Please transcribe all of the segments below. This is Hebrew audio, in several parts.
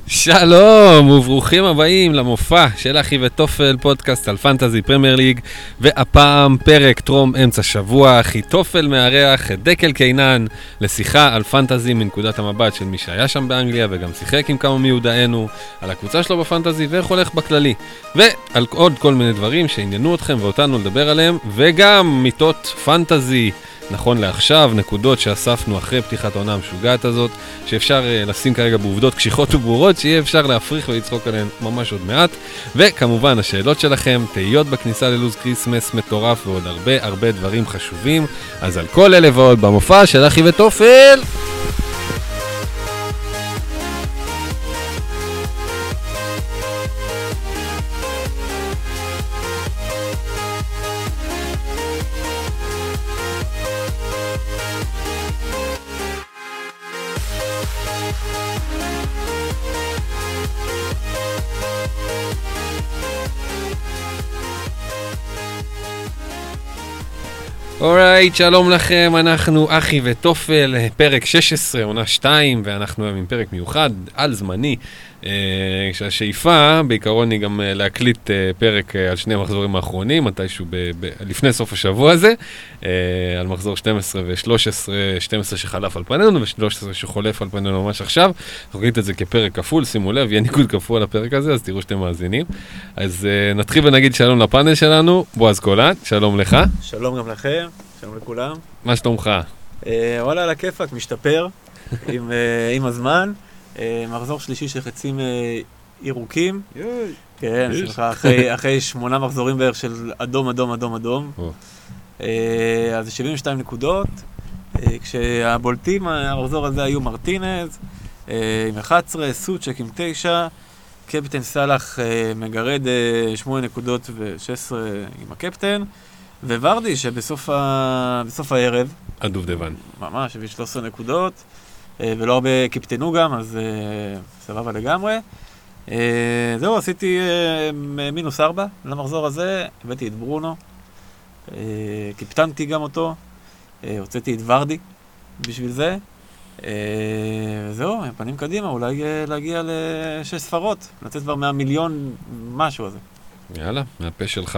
שלום וברוכים הבאים למופע של אחי וטופל, פודקאסט על פנטזי פרמייר ליג, והפעם פרק טרום אמצע שבוע. אחי טופל מארח את דקל קיינן לשיחה על פנטזי מנקודת המבט של מי שהיה שם באנגליה וגם שיחק עם כמה מיודענו על הקבוצה שלו בפנטזי ואיך הולך בכללי, ועל עוד כל מיני דברים שעניינו אתכם ואותנו לדבר עליהם, וגם מיטות פנטזי נכון לעכשיו, נקודות שאספנו אחרי פתיחת העונה המשוגעת הזאת, שאפשר לשים כרגע בעובדות קשיחות וברורות, שיהיה אפשר להפריך ולצחוק עליהן ממש עוד מעט. וכמובן השאלות שלכם, תהיות בכניסה ללוז קריסמס מטורף ועוד הרבה דברים חשובים. אז על כל אלה ועוד במופע של אחי וטופל. אורייט, שלום לכם, אנחנו אחי וטופל, פרק 16, עונה 2, ואנחנו עם פרק מיוחד, על זמני, שהשאיפה בעיקרון היא גם להקליט פרק על שני המחזורים האחרונים, מתישהו לפני סוף השבוע הזה, על מחזור 12 ו-13, 12 שחלף על פנינו ו-13 שחולף על פנינו ממש עכשיו. אנחנו נקליט את זה כפרק כפול, שימו לב, יהיה ניקוד כפול לפרק הזה, אז תראו שאתם מאזינים. אז נתחיל ונגיד שלום לפאנל שלנו, בועז קולט, שלום לך. שלום גם לכם, שלום לכולם. מה שלומך? וואלה, על הכיפק, משתפר עם הזמן. מחזור שלישי של חצים ירוקים. כן, אחרי 8 מחזורים בערך של אדום. אז 72 נקודות, כשהבולטים המחזור הזה היו מרטינז עם 11, סוצ'ק עם 9, קפטן סלאח מגרד 8 נקודות ו-16 עם הקפטן, וורדי שבסוף הערב הדובדבן ממש הביא 13 נקודות, ולא הרבה קיפטנו גם, אז סבבה לגמרי. זהו, עשיתי מינוס 4 למחזור הזה, הבאתי את ברונו, קיפטנתי גם אותו, הוצאתי את ורדי בשביל זה. זהו, פנים קדימה, אולי להגיע ל6 ספרות, לצאת כבר 100 מיליון משהו הזה. יאללה, מהפה שלך.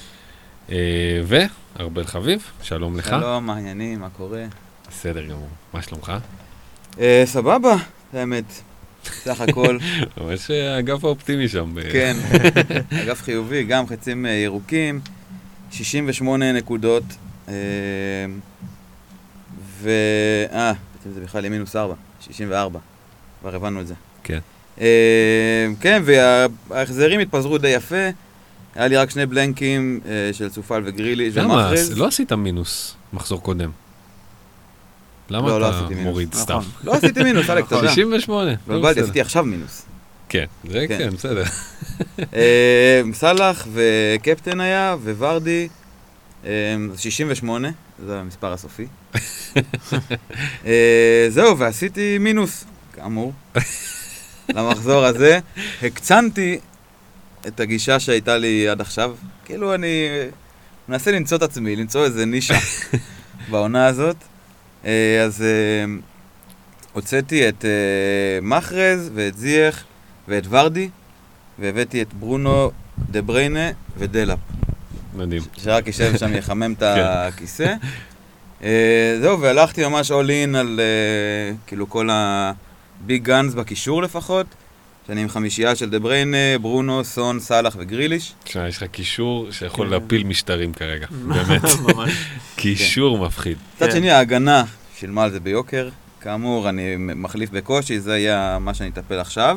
וארבל חביב, שלום לך. שלום, מה העניינים, מה קורה? בסדר גמור, מה שלומך? סבבה, האמת, סך הכל. ממש אגף האופטימי שם. כן, אגף חיובי, גם חצים ירוקים, 68 נקודות, בעצם זה בכלל מינוס 4, 64, כבר הבנו את זה. כן. כן, וההחזרים התפזרו די יפה, היה לי רק 2 בלנקים של צופל וגרילי. למה? לא עשית מינוס מחזור קודם. למה אתה מוריד סתם? לא עשיתי מינוס, אלק, אתה יודע. 68. לא בלתי, עשיתי עכשיו מינוס. כן, זה כן, בסדר. סלאח וקפטן היה, וורדי, 68, זה המספר הסופי. זהו, ועשיתי מינוס, כאמור. למחזור הזה, הקצנתי את הגישה שהייתה לי עד עכשיו. כאילו אני מנסה למצוא את עצמי, למצוא איזה נישה בעונה הזאת. אז הוצאתי את מחרז ואת זייך ואת ורדי, והבאתי את ברונו, דה בריינה ודלאפ. מדהים. שרק יישב שם יחמם את הכיסא. זהו, והלכתי ממש all in על כאילו כל הביג גאנס בקישור לפחות, שאני עם 5 של דה בריינה, ברונו, סון, סלאח וגריליש. יש לך קישור שיכול להפיל משטרים כרגע, באמת. קישור מפחיד. קצת שני, ההגנה שילמה על זה ביוקר. כאמור, אני מחליף בקושי, זה יהיה מה שאני אטפל עכשיו.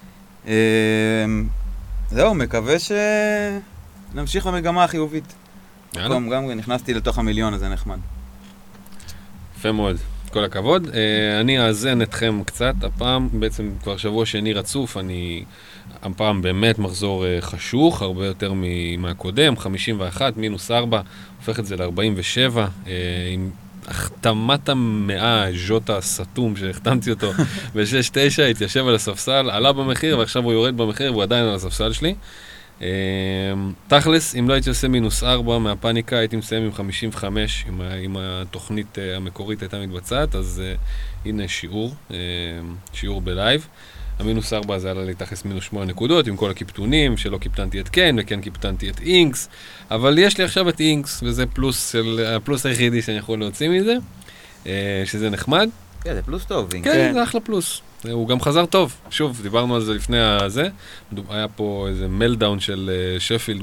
זהו, מקווה שנמשיך במגמה החיובית. גם נכנסתי לתוך המיליון, אז זה נחמד. יפה מאוד. כל הכבוד. אני אאזן אתכם קצת, הפעם בעצם כבר שבוע שני רצוף, הפעם באמת מחזור חשוך, הרבה יותר מהקודם, 51, מינוס 4, הופך את זה ל-47, עם החתמת המאה, ז'וטה סתום שהחתמתי אותו ב-6-9, התיישב על הספסל, עלה במחיר ועכשיו הוא יורד במחיר והוא עדיין על הספסל שלי. תכלס, אם לא הייתי עושה מינוס 4 מהפאניקה, הייתי מסיים עם 55, אם התוכנית המקורית הייתה מתבצעת, אז הנה שיעור בלייב. המינוס 4 זה עלה לי תכלס מינוס 8 נקודות, עם כל הקיפטונים, שלא קיפטנתי את קיין, וכן קיפטנתי את אינקס, אבל יש לי עכשיו את אינקס, וזה הפלוס היחידי שאני יכול להוציא מזה, שזה נחמד. כן, זה פלוס טוב, אינקס. כן, זה אחלה פלוס. הוא גם חזר טוב. שוב, דיברנו על זה לפני הזה. היה פה איזה מלדאון של שפילד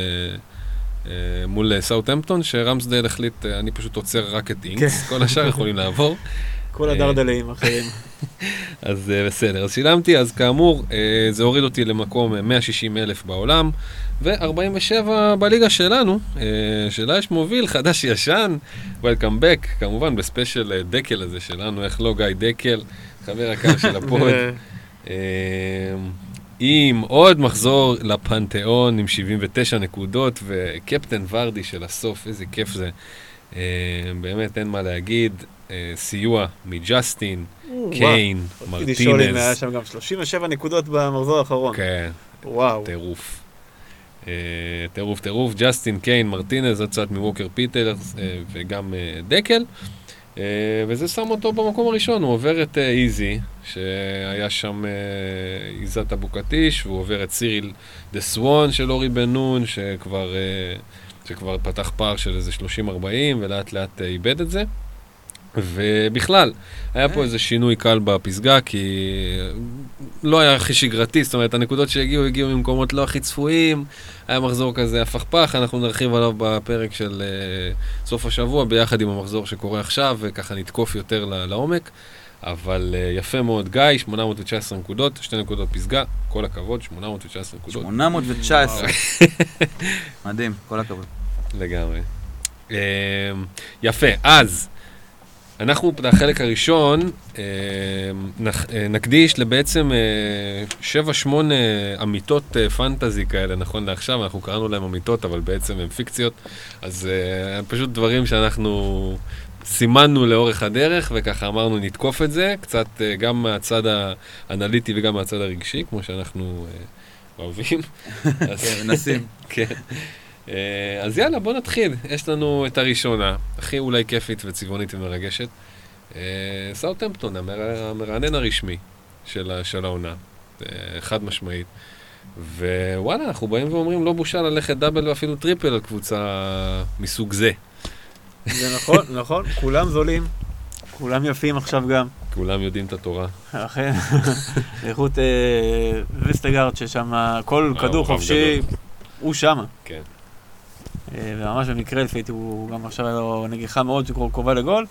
מול סאות'המפטון, שרמסדייל החליט, אני פשוט עוצר רק את אינקס, כל השאר יכולים לעבור. כל הדרדלים אחרים. אז בסדר, אז שילמתי, אז כאמור, זה הוריד אותי למקום 160,000 בעולם, ו-47 בליגה שלנו, שלה יש מוביל חדש ישן, Welcome back, כמובן בספיישל דקל הזה שלנו, איך לא גיא דקל, חבר הקר של הפוד, עם עוד מחזור לפנתיאון עם 79 נקודות, וקפטן ורדי של הסוף, איזה כיף זה, באמת אין מה להגיד, סיוע מג'סטין, קיין, מרטינז. שולי היה שם גם 37 נקודות במחזור האחרון. כן, וואו. טירוף, ג'סטין, קיין, מרטינז, עוד קצת מווקר פיטרס וגם דקל. וזה שם אותו במקום הראשון, הוא עובר את איזי, שהיה שם איזת אבוקטיש, והוא עובר את סיריל דה סוואן של אורי בן נון, שכבר פתח פער של איזה 30-40, ולאט לאט איבד את זה. ובכלל, היה פה איזה שינוי קל בפסגה, כי לא היה הכי שגרתי, זאת אומרת, הנקודות שהגיעו ממקומות לא הכי צפויים, היה מחזור כזה הפכפך, אנחנו נרחיב עליו בפרק של סוף השבוע, ביחד עם המחזור שקורה עכשיו, וככה נתקוף יותר לעומק, אבל יפה מאוד גיא, 819 נקודות, 2 נקודות פסגה, כל הכבוד, 819 נקודות. 819. מדהים, כל הכבוד. לגמרי. יפה, אז אנחנו בחלק הראשון נקדיש לבעצם 7-8 אמיתות פנטזי כאלה, נכון לעכשיו, אנחנו קראנו להם אמיתות, אבל בעצם הם פיקציות, אז פשוט דברים שאנחנו סימנו לאורך הדרך, וככה אמרנו נתקוף את זה, קצת גם מהצד האנליטי וגם מהצד הרגשי, כמו שאנחנו אוהבים. מנסים. כן. אז יאללה, בוא נתחיל. יש לנו את הראשונה, הכי אולי כיפית וצבעונית ומרגשת. סאות'המפטון, המרענן הרשמי של העונה, חד משמעית. ווואלה, אנחנו באים ואומרים, לא בושה ללכת דאבל ואפילו טריפל על קבוצה מסוג זה. זה נכון, נכון, כולם זולים, כולם יפים עכשיו גם. כולם יודעים את התורה. אכן, איכות וסטגארד ששם כל כדור חופשי, הוא שמה. כן. וממש במקרה לפעמים הוא גם עכשיו היה לו נגיחה מאוד שקרובה לגול.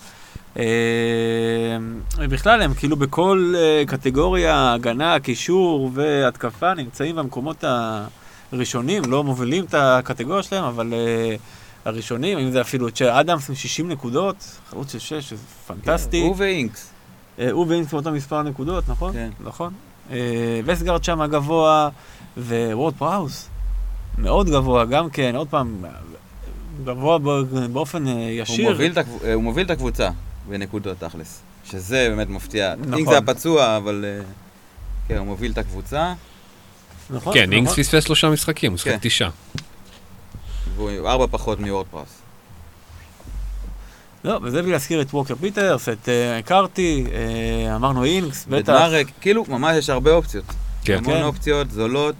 ובכלל הם כאילו בכל קטגוריה, הגנה, קישור והתקפה נמצאים במקומות הראשונים, לא מובילים את הקטגוריה שלהם, אבל הראשונים, אם זה אפילו אדמס עם 60 נקודות, חלוץ של 6, שזה פנטסטי. הוא ואינקס. הוא ואינקס באותו מספר נקודות, נכון? כן. נכון. וסטגארד שם גבוה, ווורד פראוס. מאוד גבוה, גם כן, עוד פעם, גבוה באופן ישיר. הוא מוביל את הקבוצה בנקודות תכלס, שזה באמת מפתיע. נכון. אינקס זה הפצוע, אבל כן, הוא מוביל את הקבוצה. נכון, כן, אינקס פספס 3 משחקים, הוא שחק 9. והוא 4 פחות מוורד פראוס. לא, וזה בלי להזכיר את ווקר פיטרס, את קארטי, אמרנו אינקס, בטח. בדמרק, כאילו, ממש יש הרבה אופציות. כן. המון אופציות, זולות.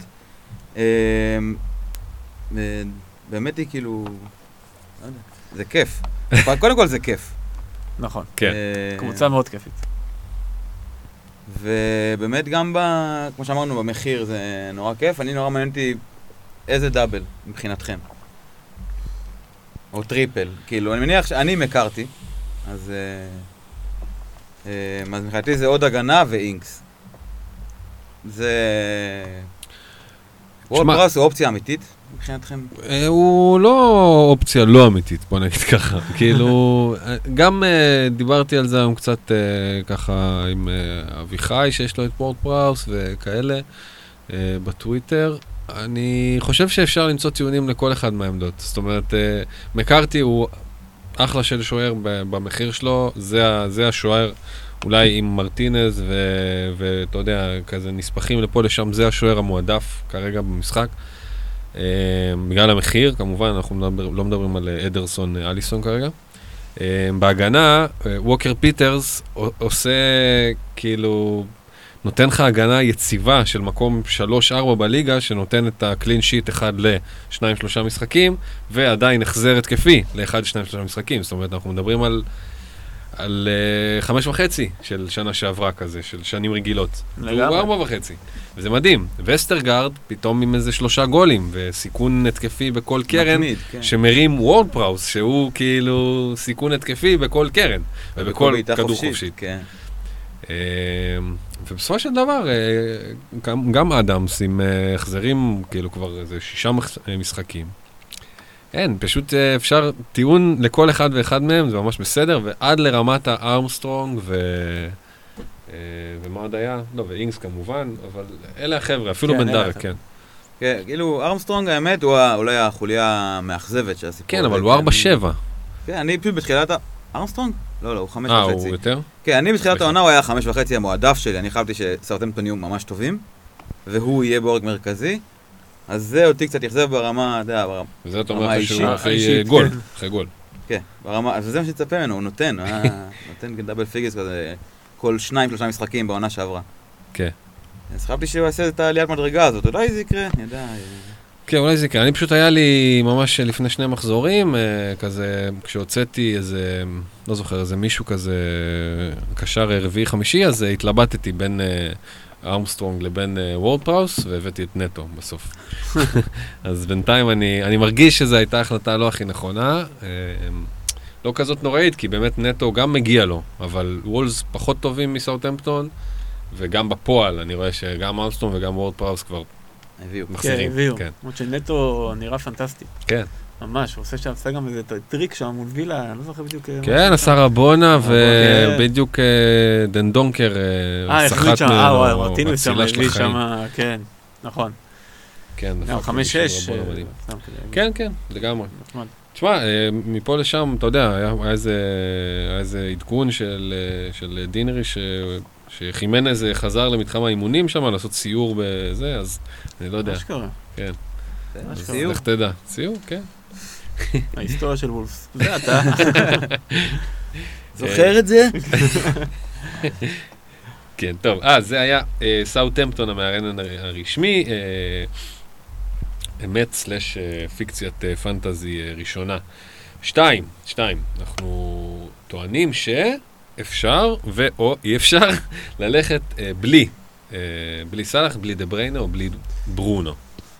באמת היא כאילו, לא יודע, זה כיף. קודם כל זה כיף. נכון, כן. קבוצה מאוד כיפית. ובאמת גם כמו שאמרנו, במחיר זה נורא כיף. אני נורא מעניין אותי איזה דאבל מבחינתכם. או טריפל. כאילו, אני מניח שאני מקרתי, אז מבחינתי זה עוד הגנה ואינקס. זה וורד פראוס הוא אופציה אמיתית מבחינתכם? הוא לא אופציה לא אמיתית, בוא נגיד ככה. כאילו, גם דיברתי על זה היום קצת ככה עם אביחי, שיש לו את וורד פראוס וכאלה בטוויטר. אני חושב שאפשר למצוא טיעונים לכל אחד מהעמדות. זאת אומרת, מקארתי הוא אחלה של שוער במחיר שלו, זה השוער, אולי עם מרטינז ואתה יודע, כזה נספחים לפה לשם, זה השוער המועדף כרגע במשחק. בגלל המחיר, כמובן, אנחנו לא מדברים על אדרסון, אליסון כרגע. בהגנה, ווקר פיטרס עושה כאילו נותן לך הגנה יציבה של מקום 3-4 בליגה, שנותן את הקלין שיט 1 ל-2-3 משחקים, ועדיין החזר התקפי ל-1-2-3 משחקים. זאת אומרת, אנחנו מדברים על 5.5 של שנה שעברה כזה, של שנים רגילות. הוא 4.5. וזה מדהים. וסטרגרד, פתאום עם איזה 3 גולים, וסיכון התקפי בכל קרן, שמרים וורד פראוס, שהוא כאילו סיכון התקפי בכל קרן, ובכל כדור חופשית. ובסופו של דבר, גם אדמס עם החזרים, כאילו כבר איזה 6 משחקים. אין, פשוט אפשר טיעון לכל אחד ואחד מהם, זה ממש בסדר, ועד לרמת הארמסטרונג ומה עוד היה? לא, ואינגס כמובן, אבל אלה החבר'ה, אפילו בנדרק, כן. כן, כאילו, ארמסטרונג האמת הוא אולי החוליה המאכזבת של הסיפור. כן, אבל הוא 4-7. כן, אני פשוט בתחילת ארמסטרונג? לא, הוא 5.5. הוא יותר? כן, אני בתחילת העונה הוא היה 5.5 המועדף שלי, אני חשבתי שסאות'המפטון יהיו ממש טובים, והוא יהיה בורג מרכזי, אז זה אותי קצת יחזב ברמה, אתה יודע, וזה אתה אומר אחרי גול, אחרי גול. כן, ברמה, אז זה מה שתצפה ממנו, הוא נותן דאבל פיגס כזה, כל 2-3 משחקים בעונה שעברה. כן. אז חשבתי שהוא יעשה את העליית מדרגה הזאת, אולי זה יקרה, אני יודע. כן, אולי זה יקרה. אני פשוט היה לי ממש לפני 2 מחזורים, כזה, כשהוצאתי איזה, לא זוכר, איזה מישהו כזה, קשר רביעי-חמישי, אז התלבטתי בין ארמסטרונג לבין וורד פראוס, והבאתי את נטו בסוף. אז בינתיים אני מרגיש שזו הייתה החלטה לא הכי נכונה, לא כזאת נוראית, כי באמת נטו גם מגיע לו, אבל וולס פחות טובים מסאות'המפטון, וגם בפועל אני רואה שגם ארמסטרונג וגם וורד פראוס כבר מחזירים. כן, הביאו. למרות שנטו נראה פנטסטי. כן. ממש, הוא עושה גם איזה טריק שם מול וילה, אני לא זוכר בדיוק. כן, עשה רבונה, ובדיוק דנדונקר סחט מרטינוס שם, הביא שם, כן, נכון. כן, גם 5-6. כן, כן, לגמרי. תשמע, מפה לשם, אתה יודע, היה איזה עדכון של דינרי שחימנז חזר למתחם האימונים שם, לעשות סיור בזה, אז אני לא יודע. מה שקרה. כן. סיור? איך תדע? סיור, כן. ההיסטוריה של וולפס. זה אתה. זוכר את זה? כן, טוב. זה היה סאות'המפטון המארן הרשמי, אמת/פיקציית פנטזי ראשונה. 2. אנחנו טוענים שאפשר או אי אפשר ללכת בלי סלאח, בלי דה בריינה או בלי ברונו.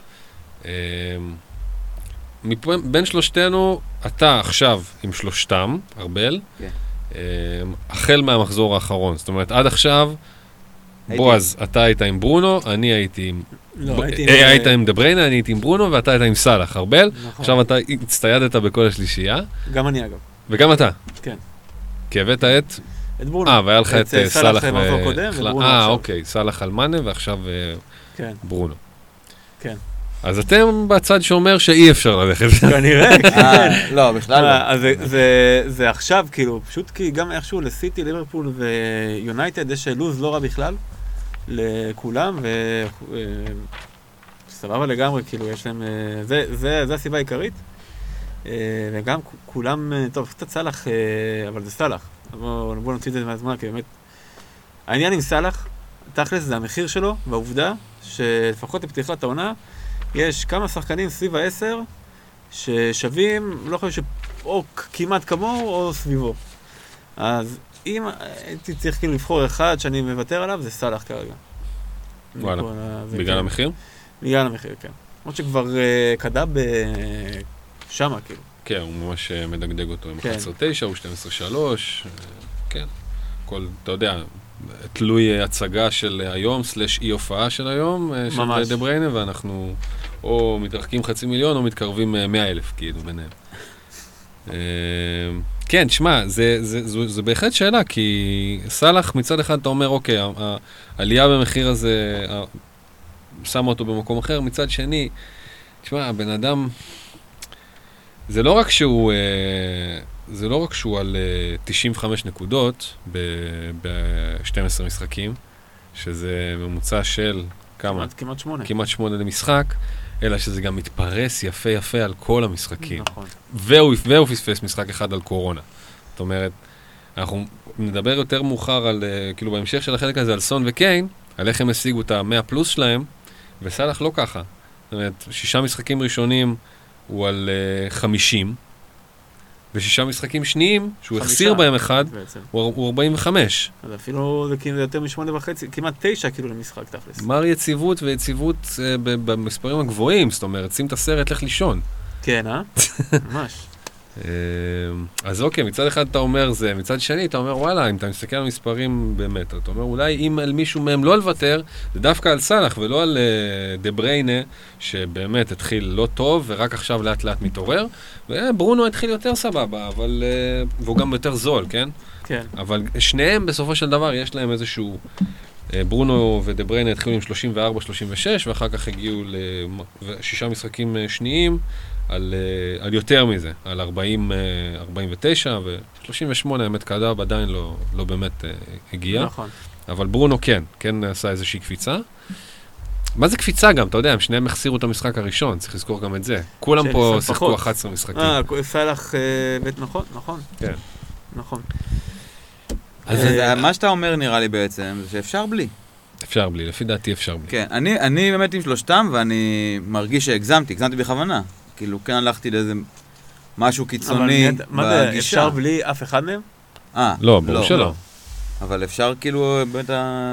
בין שלושתנו, אתה עכשיו עם שלושתם, ארבל, החל מהמחזור האחרון. זאת אומרת, עד עכשיו, בועז, אתה היית עם ברונו, אני הייתי עם... היית עם דה בריינה, אני הייתי עם ברונו, ואתה היית עם סלאח, ארבל. עכשיו אתה הצטיידת בכל השלישייה. גם אני אגב. וגם אתה. כן. כי הבאת את ברונו. והיה לך את סלאח וברונו. אוקיי, סלאח על מנה, ועכשיו ברונו. כן. אז אתם בצד שאומר שאי אפשר ללכת. כנראה, כן. לא, בכלל לא. זה עכשיו, כאילו, פשוט כי גם איכשהו לסיטי, ליברפול ויונייטד יש לוז לא רע בכלל, לכולם, וסבבה לגמרי, כאילו, יש להם, זה הסיבה העיקרית, וגם כולם, טוב, קצת סלאח, אבל זה סלאח, בואו נוציא את זה מהזמן, כי באמת, העניין עם סלאח, תכלס זה המחיר שלו, והעובדה שלפחות לפתיחת העונה, יש כמה שחקנים סביב ה10 ששווים, לא חושב או כמעט כמוהו או סביבו. אז אם הייתי צריך כאילו לבחור אחד שאני מוותר עליו, זה סלאח כרגע. וואלה, בגלל המחיר? בגלל המחיר, כן. למרות שכבר קדע בשמה, כאילו. כן, הוא ממש מדגדג אותו עם 11-9, הוא 12-3, כן. כל, אתה יודע, תלוי הצגה של היום, / אי הופעה של היום, של דה בריינה, ואנחנו או מתרחקים 500,000 או מתקרבים 100,000, כאילו, ביניהם. כן, שמע, זה בהחלט שאלה, כי סלאח מצד אחד אתה אומר, אוקיי, העלייה במחיר הזה שמה אותו במקום אחר, מצד שני, תשמע, הבן אדם, זה לא רק שהוא על 95 נקודות ב-12 משחקים, שזה ממוצע של כמה? כמעט 8. כמעט 8 למשחק, אלא שזה גם מתפרס יפה על כל המשחקים. נכון. והוא פספס משחק אחד על קורונה. זאת אומרת, אנחנו נדבר יותר מאוחר על, כאילו בהמשך של החלק הזה על סון וקיין, על איך הם השיגו את ה-100 פלוס שלהם, וסלח לא ככה. זאת אומרת, 6 משחקים ראשונים הוא על 50, ו6 משחקים שניים, שהוא החסיר בהם אחד, הוא 45. אז אפילו זה כאילו יותר מ8.5, כמעט 9 כאילו למשחק תכלס. מר יציבות ויציבות במספרים הגבוהים, זאת אומרת, שים את הסרט, לך לישון. כן, ממש. אז אוקיי, מצד אחד אתה אומר זה, מצד שני אתה אומר, וואלה, אם אתה מסתכל על מספרים באמת, אתה אומר, אולי אם על מישהו מהם לא לוותר, זה דווקא על סלח ולא על דה בריינה, שבאמת התחיל לא טוב, ורק עכשיו לאט לאט מתעורר, וברונו התחיל יותר סבבה, אבל, והוא גם יותר זול, כן? כן. אבל שניהם בסופו של דבר יש להם איזשהו, ברונו ודה בריינה התחילו עם 34-36, ואחר כך הגיעו ל6 משחקים שניים, על יותר מזה, על 49 ו-38, האמת קדאב עדיין לא באמת הגיע. נכון. אבל ברונו כן עשה איזושהי קפיצה. מה זה קפיצה גם? אתה יודע, הם שניהם החסירו את המשחק הראשון, צריך לזכור גם את זה. כולם פה שיחקו 11 משחקים. סלח, נכון. כן. נכון. אז מה שאתה אומר נראה לי בעצם, זה שאפשר בלי. אפשר בלי, לפי דעתי אפשר בלי. כן, אני באמת עם שלושתם, ואני מרגיש שהגזמתי בכוונה. כאילו, כן הלכתי לאיזה משהו קיצוני בגישה. מה זה, אפשר בלי אף אחד מהם? לא, ברור שלא. אבל אפשר כאילו, באמת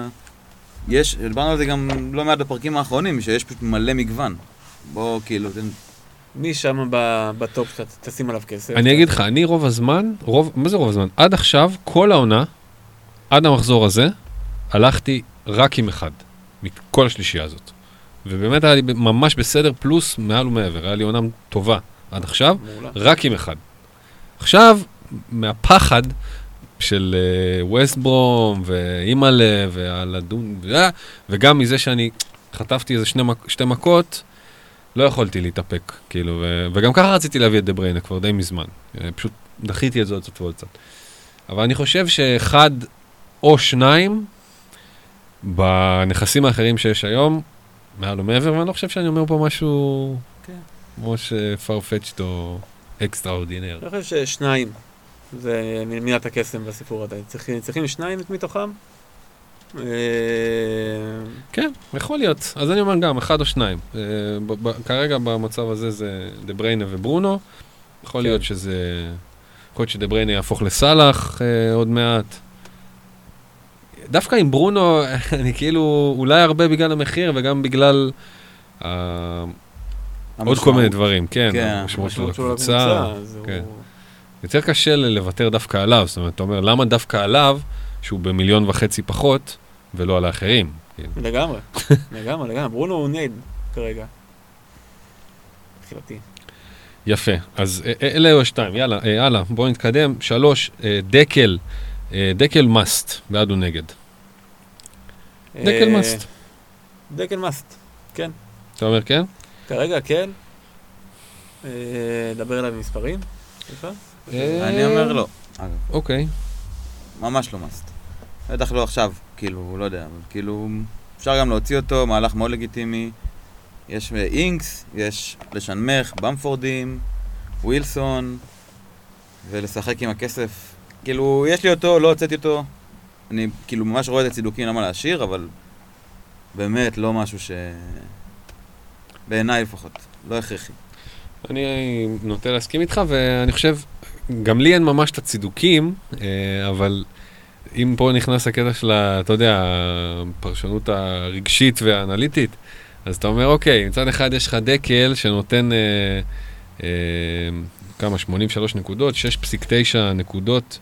יש, דיברנו על זה גם לא מעט בפרקים האחרונים, שיש פשוט מלא מגוון. בוא, כאילו, מי שם בטופ שאתה תשים עליו כסף? אני אגיד לך, אני רוב הזמן, מה זה רוב הזמן? עד עכשיו, כל העונה, עד המחזור הזה, הלכתי רק עם אחד, מכל השלישייה הזאת. ובאמת היה לי ממש בסדר, פלוס מעל ומעבר. היה לי עונה טובה עד עכשיו, רק עם אחד. עכשיו, מהפחד של ווסטברום ואימאלה והלדון, וגם מזה שאני חטפתי איזה 2 מכות, לא יכולתי להתאפק, כאילו, וגם ככה רציתי להביא את דה בריינה כבר די מזמן. פשוט דחיתי את זה עוד קצת ועוד קצת. אבל אני חושב שאחד או 2 בנכסים האחרים שיש היום, מעל ומעבר, ואני לא חושב שאני אומר פה משהו ממש farfetched או אקסטראורדינר. אני חושב ש2 זה מילת הקסם בסיפור הזה. צריכים 2 מתוכם? כן, יכול להיות. אז אני אומר גם, 1 או 2. כרגע במצב הזה זה דה בריינה וברונו. יכול להיות שזה... יכול להיות שדה בריינה יהפוך לסלח עוד מעט. דווקא עם ברונו, אני כאילו, אולי הרבה בגלל המחיר וגם בגלל עוד כל מיני דברים, כן, המשמעות שלו לקבוצה, יותר קשה לוותר דווקא עליו, זאת אומרת, אתה אומר, למה דווקא עליו, שהוא ב1.5 מיליון פחות, ולא על האחרים? לגמרי, ברונו הוא נייד כרגע, תחילתי. יפה, אז אלה היו 2, יאללה, בואו נתקדם, 3, דקל מאסט, בעד או נגד? דקל מאסט. דקל מאסט, כן. אתה אומר כן? כרגע כן. דבר אליו במספרים. אני אומר לא. אוקיי. ממש לא מאסט. בטח לא עכשיו, כאילו, לא יודע, אבל כאילו, אפשר גם להוציא אותו, מהלך מאוד לגיטימי. יש אינקס, יש לשנמך, במפורדים, ווילסון, ולשחק עם הכסף. כאילו, יש לי אותו, לא הוצאתי אותו. אני כאילו ממש רואה את הצידוקים למה להשאיר, אבל באמת לא משהו בעיניי לפחות, לא הכרחי. אני נוטה להסכים איתך, ואני חושב, גם לי אין ממש את הצידוקים, אבל אם פה נכנס הקטע של, אתה יודע, הפרשנות הרגשית והאנליטית, אז אתה אומר, אוקיי, מצד אחד יש לך דקל שנותן כמה, 83 נקודות, 6.9 נקודות,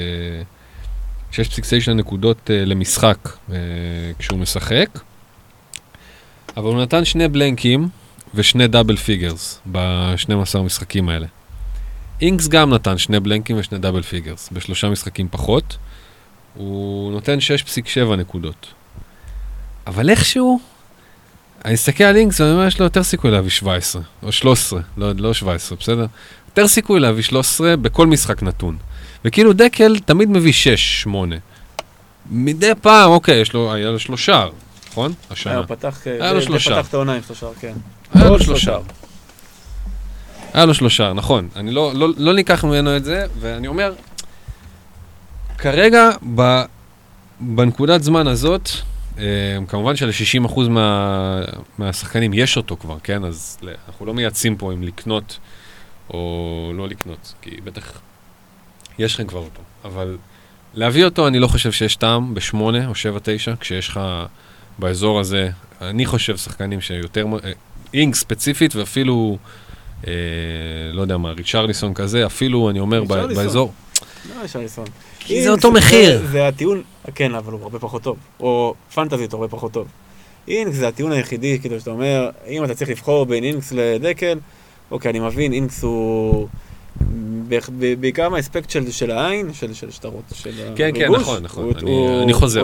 6.9 נקודות למשחק כשהוא משחק, אבל הוא נתן 2 בלנקים ו2 דאבל פיגרס ב12 משחקים האלה. אינקס גם נתן 2 בלנקים ו2 דאבל פיגרס ב3 משחקים פחות, הוא נותן 6.7 נקודות. אבל איכשהו, אני אסתכל על אינקס ואני אומר, יש לו יותר סיכוי להביא 17 או 13, לא 17, בסדר? יותר סיכוי להביא 13 בכל משחק נתון. וכאילו דקל תמיד מביא 6, 8. מדי פעם, אוקיי, היה לו 3 שער, נכון? השנה. היה לו 3 שער. פתח את העונה עם 3 שער, כן. היה לו 3 שער. היה לו 3 שער, נכון. אני לא ניקח ממנו את זה, ואני אומר, כרגע, בנקודת זמן הזאת, כמובן של-60% מהשחקנים יש אותו כבר, כן? אז אנחנו לא מייעצים פה אם לקנות או לא לקנות, כי בטח יש לכם כבר אותו. אבל להביא אותו, אני לא חושב שיש טעם ב-8 או 7-9, כשיש לך באזור הזה, אני חושב שחקנים שיותר, אינג ספציפית ואפילו, לא יודע מה, ריצ'רליסון כזה, אפילו אני אומר באזור. לא, ריצ'רליסון. כי זה אותו מחיר. זה הטיעון, כן, אבל הוא הרבה פחות טוב. או פנטזית הרבה פחות טוב. אינגס זה הטיעון היחידי, כאילו שאתה אומר, אם אתה צריך לבחור בין אינגס לדקל, אוקיי, אני מבין, אינגס הוא בעיקר מהאספקט של העין, של שטרות, של הריגוש. כן, כן, נכון, אני חוזר.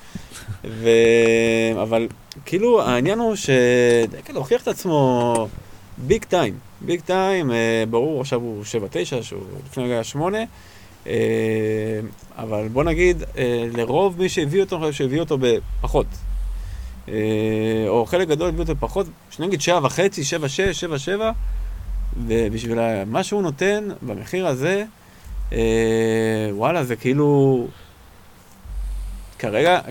אבל כאילו העניין הוא שדקל הוכיח את עצמו ביג טיים, ברור, עכשיו הוא 7-9, שהוא לפני רגע 8, אבל בוא נגיד, לרוב מי שהביא אותו, אני חושב שהביא אותו בפחות. או חלק גדול הביא אותו בפחות, שנגיד 7.5, 7.6, 7.7, ובשביל מה שהוא נותן במחיר הזה, וואלה, זה כאילו, כרגע,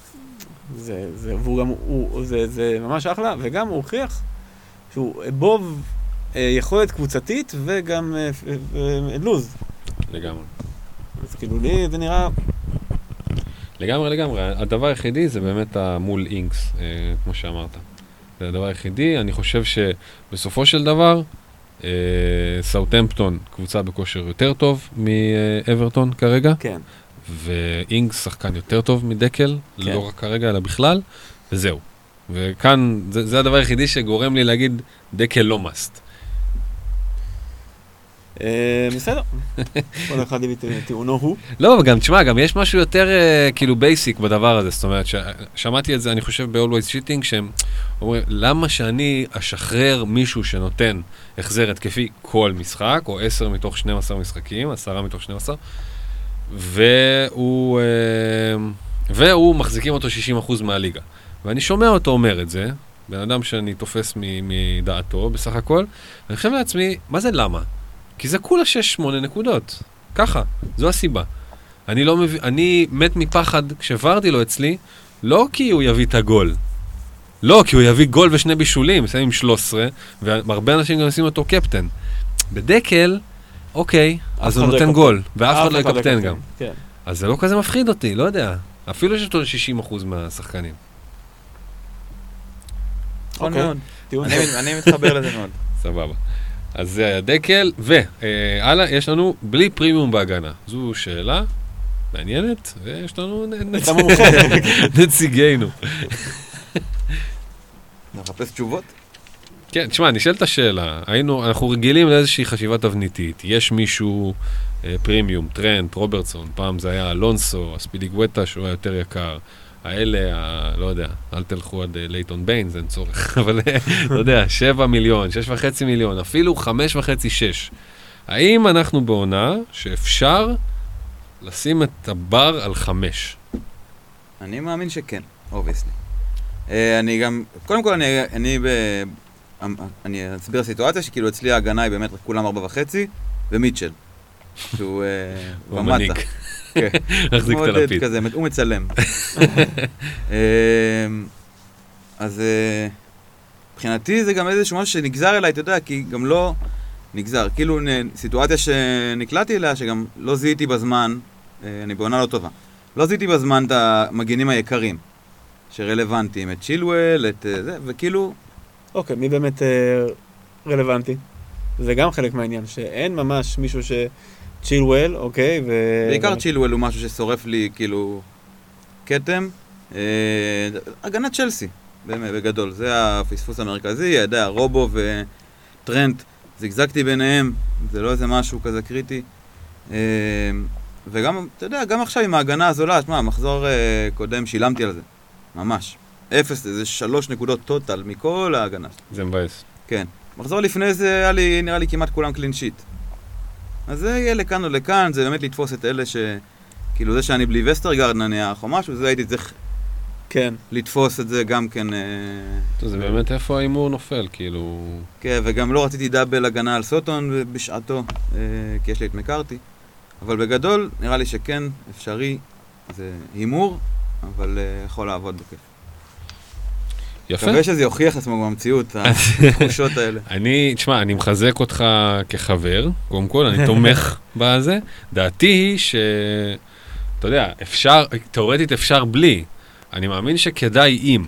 זה ממש אחלה, וגם הוא הוכיח שהוא בוב יכולת קבוצתית וגם לוז. לגמרי. אז כאילו לי זה נראה... לגמרי. הדבר היחידי זה באמת מול אינגס, כמו שאמרת. זה הדבר היחידי. אני חושב שבסופו של דבר, סאות'המפטון קבוצה בכושר יותר טוב מאברטון כרגע. כן. ואינגס שחקן יותר טוב מדקל, לא רק כרגע, אלא בכלל, וזהו. וכאן, זה הדבר היחידי שגורם לי להגיד, דקל לא מאסט. בסדר. כל אחד עם טיעונו הוא. לא, וגם, תשמע, גם יש משהו יותר כאילו בייסיק בדבר הזה, זאת אומרת, שמעתי את זה, אני חושב, ב-Always Cheating, שהם אומרים, למה שאני אשחרר מישהו שנותן החזר התקפי כל משחק, או 10 מתוך 12 משחקים, 10 מתוך 12, והוא מחזיקים אותו 60% מהליגה. ואני שומע אותו אומר את זה, בן אדם שאני תופס מדעתו בסך הכל, ואני חושב לעצמי, מה זה למה? כי זה כולה 6-8 נקודות. ככה, זו הסיבה. אני מת מפחד כשוורדי לו אצלי, לא כי הוא יביא את הגול. לא, כי הוא יביא גול ושני בישולים, מסיים עם 13, והרבה אנשים גם עושים אותו קפטן. בדקל, אוקיי, אז הוא נותן גול, ואף אחד לא יקפטן גם. אז זה לא כזה מפחיד אותי, לא יודע. אפילו שיש אותו 60% מהשחקנים. נכון מאוד. אני מתחבר לזה מאוד. סבבה. אז זה היה דקל, והלאה, יש לנו בלי פרימיום בהגנה. זו שאלה מעניינת, ויש לנו נציגנו. נחפש תשובות? כן, תשמע, נשאלת השאלה, אנחנו רגילים לאיזושהי חשיבה תבניתית, יש מישהו פרימיום, טרנט, רוברטסון, פעם זה היה אלונסו, אספיליגווטה שהוא היה יותר יקר, האלה, לא יודע, אל תלכו עד לייטון ביינס, אין צורך, אבל לא יודע, 7 מיליון, 6.5 מיליון, אפילו 5.5, 6. האם אנחנו בעונה שאפשר לשים את הבר על 5? אני מאמין שכן, obviously. אני גם, קודם כל אני אסביר הסיטואציה שכאילו אצלי ההגנה היא באמת כולם 4.5 ומיטשל, שהוא במטה. נחזיק את הלפיד. כזה, הוא מצלם. אז מבחינתי זה גם איזשהו משהו שנגזר אליי, אתה יודע, כי גם לא נגזר. כאילו סיטואציה שנקלעתי אליה, שגם לא זיהיתי בזמן, אני בעונה לא טובה, לא זיהיתי בזמן את המגינים היקרים, שרלוונטיים, את צ'ילואל, את זה, וכאילו... אוקיי, מי באמת רלוונטי? זה גם חלק מהעניין, שאין ממש מישהו צ'ילואל, אוקיי, בעיקר צ'ילואל הוא משהו ששורף לי, כאילו, קטם. הגנת צ'לסי, בגדול. זה הפספוס המרכזי, ידע, רובו וטרנט, זגזגתי ביניהם, זה לא איזה משהו כזה קריטי. וגם, אתה יודע, גם עכשיו עם ההגנה הזולה, שמה, מחזור קודם שילמתי על זה, ממש. 0, זה 3 נקודות טוטל מכל ההגנה. זה מבאס. כן. מחזור לפני זה היה לי, נראה לי כמעט כולם קלין שיט. אז זה יהיה לכאן או לכאן, זה באמת לתפוס את אלה כאילו זה שאני בלי וסטרגרד נניח או משהו, זה הייתי צריך לתפוס את זה גם כן. זה באמת איפה האימור נופל, כאילו... כן, וגם לא רציתי דאבל הגנה על סוטון בשעתו, כי יש לי את מקארתי. אבל בגדול, נראה לי שכן, אפשרי, זה הימור, אבל יכול לעבוד בכיף. יפה. מקווה שזה יוכיח עצמו במציאות, התחושות האלה. תשמע, אני מחזק אותך כחבר, קודם כל, אני תומך בזה. דעתי היא אתה יודע, תיאורטית אפשר בלי. אני מאמין שכדאי אם.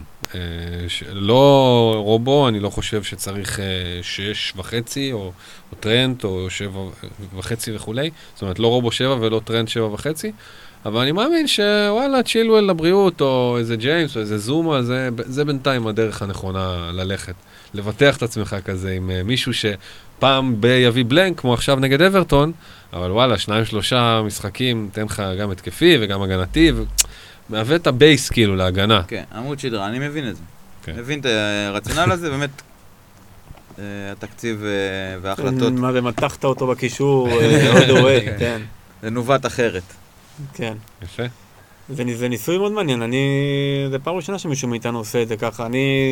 לא רובו, אני לא חושב שצריך 6.5 או טרנט או 7.5 וכולי. זאת אומרת, לא רובו 7 ולא טרנט 7.5. אבל אני מאמין שוואלה, צ'ילואל לבריאות, או איזה ג'יימס, או איזה זומה, זה בינתיים הדרך הנכונה ללכת. לבטח את עצמך כזה עם מישהו שפעם יביא בלנק, כמו עכשיו נגד אברטון, אבל וואלה, 2-3 משחקים, תן לך גם התקפי וגם הגנתי, ומהווה את הבייס כאילו להגנה. כן, עמוד שדרה, אני מבין את זה. כן. מבין את הרציונל הזה, באמת, התקציב וההחלטות. מה זה, מתחת אותו בקישור, עוד רואה, כן. זה נובת אחרת. כן. יפה. זה ניסוי מאוד מעניין, זה פעם ראשונה שמישהו מאיתנו עושה את זה ככה,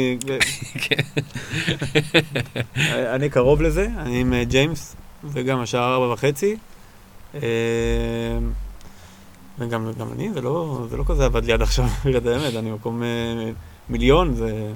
אני קרוב לזה, אני עם ג'יימס, וגם השער 4.5, וגם אני, זה לא כזה עבד לי עד עכשיו, בגלל האמת, אני מקום מיליון,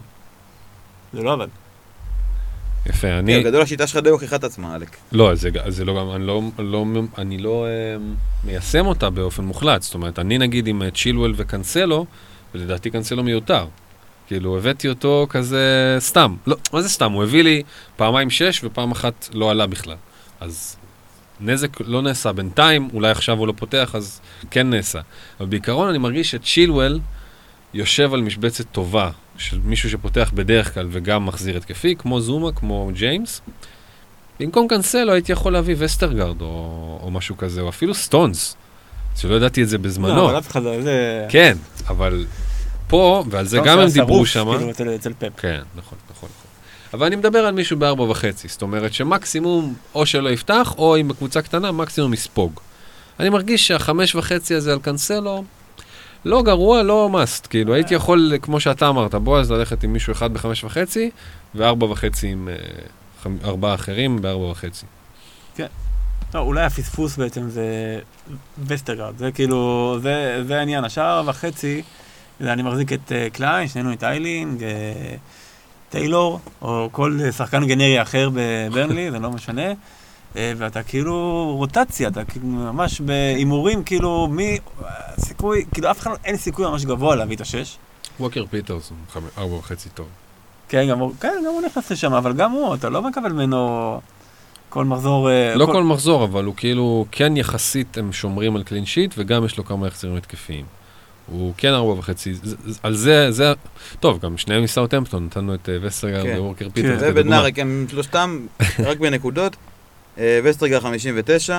זה לא עבד. יפה, כן, גדול השיטה שלך די הוכיחה את עצמה, אלק. לא, זה לא גם, אני לא מיישם אותה באופן מוחלט, זאת אומרת, אני נגיד עם צ'ילואל וקנסלו, ולדעתי קנסלו מיותר. כאילו, הבאתי אותו כזה סתם. לא, מה זה סתם? הוא הביא לי פעמיים 6 ופעם אחת לא עלה בכלל. אז נזק לא נעשה בינתיים, אולי עכשיו הוא לא פותח, אז כן נעשה. אבל בעיקרון אני מרגיש שצ'ילואל יושב על משבצת טובה, של מישהו שפותח בדרך כלל וגם מחזיר התקפי, כמו זומה, כמו ג'יימס. במקום קנסלו הייתי יכול להביא וסטרגרד או משהו כזה, או אפילו סטונס, שלא ידעתי את זה בזמנו. לא, אבל אף אחד לא, זה... כן, אבל פה, ועל זה גם הם דיברו שם. כאילו אצל פפ. כן, נכון. אבל אני מדבר על מישהו ב4.5, זאת אומרת שמקסימום או שלא יפתח, או אם בקבוצה קטנה, מקסימום יספוג. אני מרגיש שה5.5 הזה על קנסלו, לא גרוע, לא מאסט, כאילו, הייתי יכול, כמו שאתה אמרת, בועז, ללכת עם מישהו אחד ב5.5, ו4.5 עם 4 אחרים ב4.5. כן. לא, אולי הפספוס בעצם זה וסטרגרד, זה כאילו, זה העניין, השער 4.5, אני מחזיק את קליין, שנינו את איילינג, טיילור, או כל שחקן גנרי אחר בברנלי, זה לא משנה, ואתה כאילו רוטציה, אתה כאילו ממש באימורים, כאילו סיכוי, כאילו אף אחד אין סיכוי ממש גבוה להביא את 6. ווקר פיטרס, 4.5 טוב. כן, גם הוא נכנס לשם, אבל גם הוא, אתה לא מקבל ממנו כל מחזור... לא כל מחזור, אבל הוא כאילו, כן יחסית הם שומרים על קלין שיט, וגם יש לו כמה יחזירים התקפיים. הוא כן 4.5, על זה, טוב, גם שניהם מסאוטהמפטון, נתנו את וסטרגרד וורקר פיטרס זה בנארק, הם שלושתם רק בנקודות, וסטרגרד 59,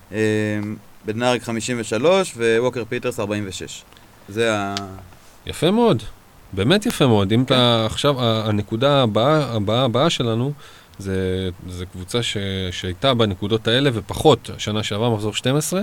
בנארק 53, וווקר פיטרס 46. זה יפה מאוד, באמת יפה מאוד. אם אתה עכשיו, הנקודה הבאה שלנו, זה קבוצה שהייתה בנקודות האלה ופחות, שנה שעברה מחזור 12,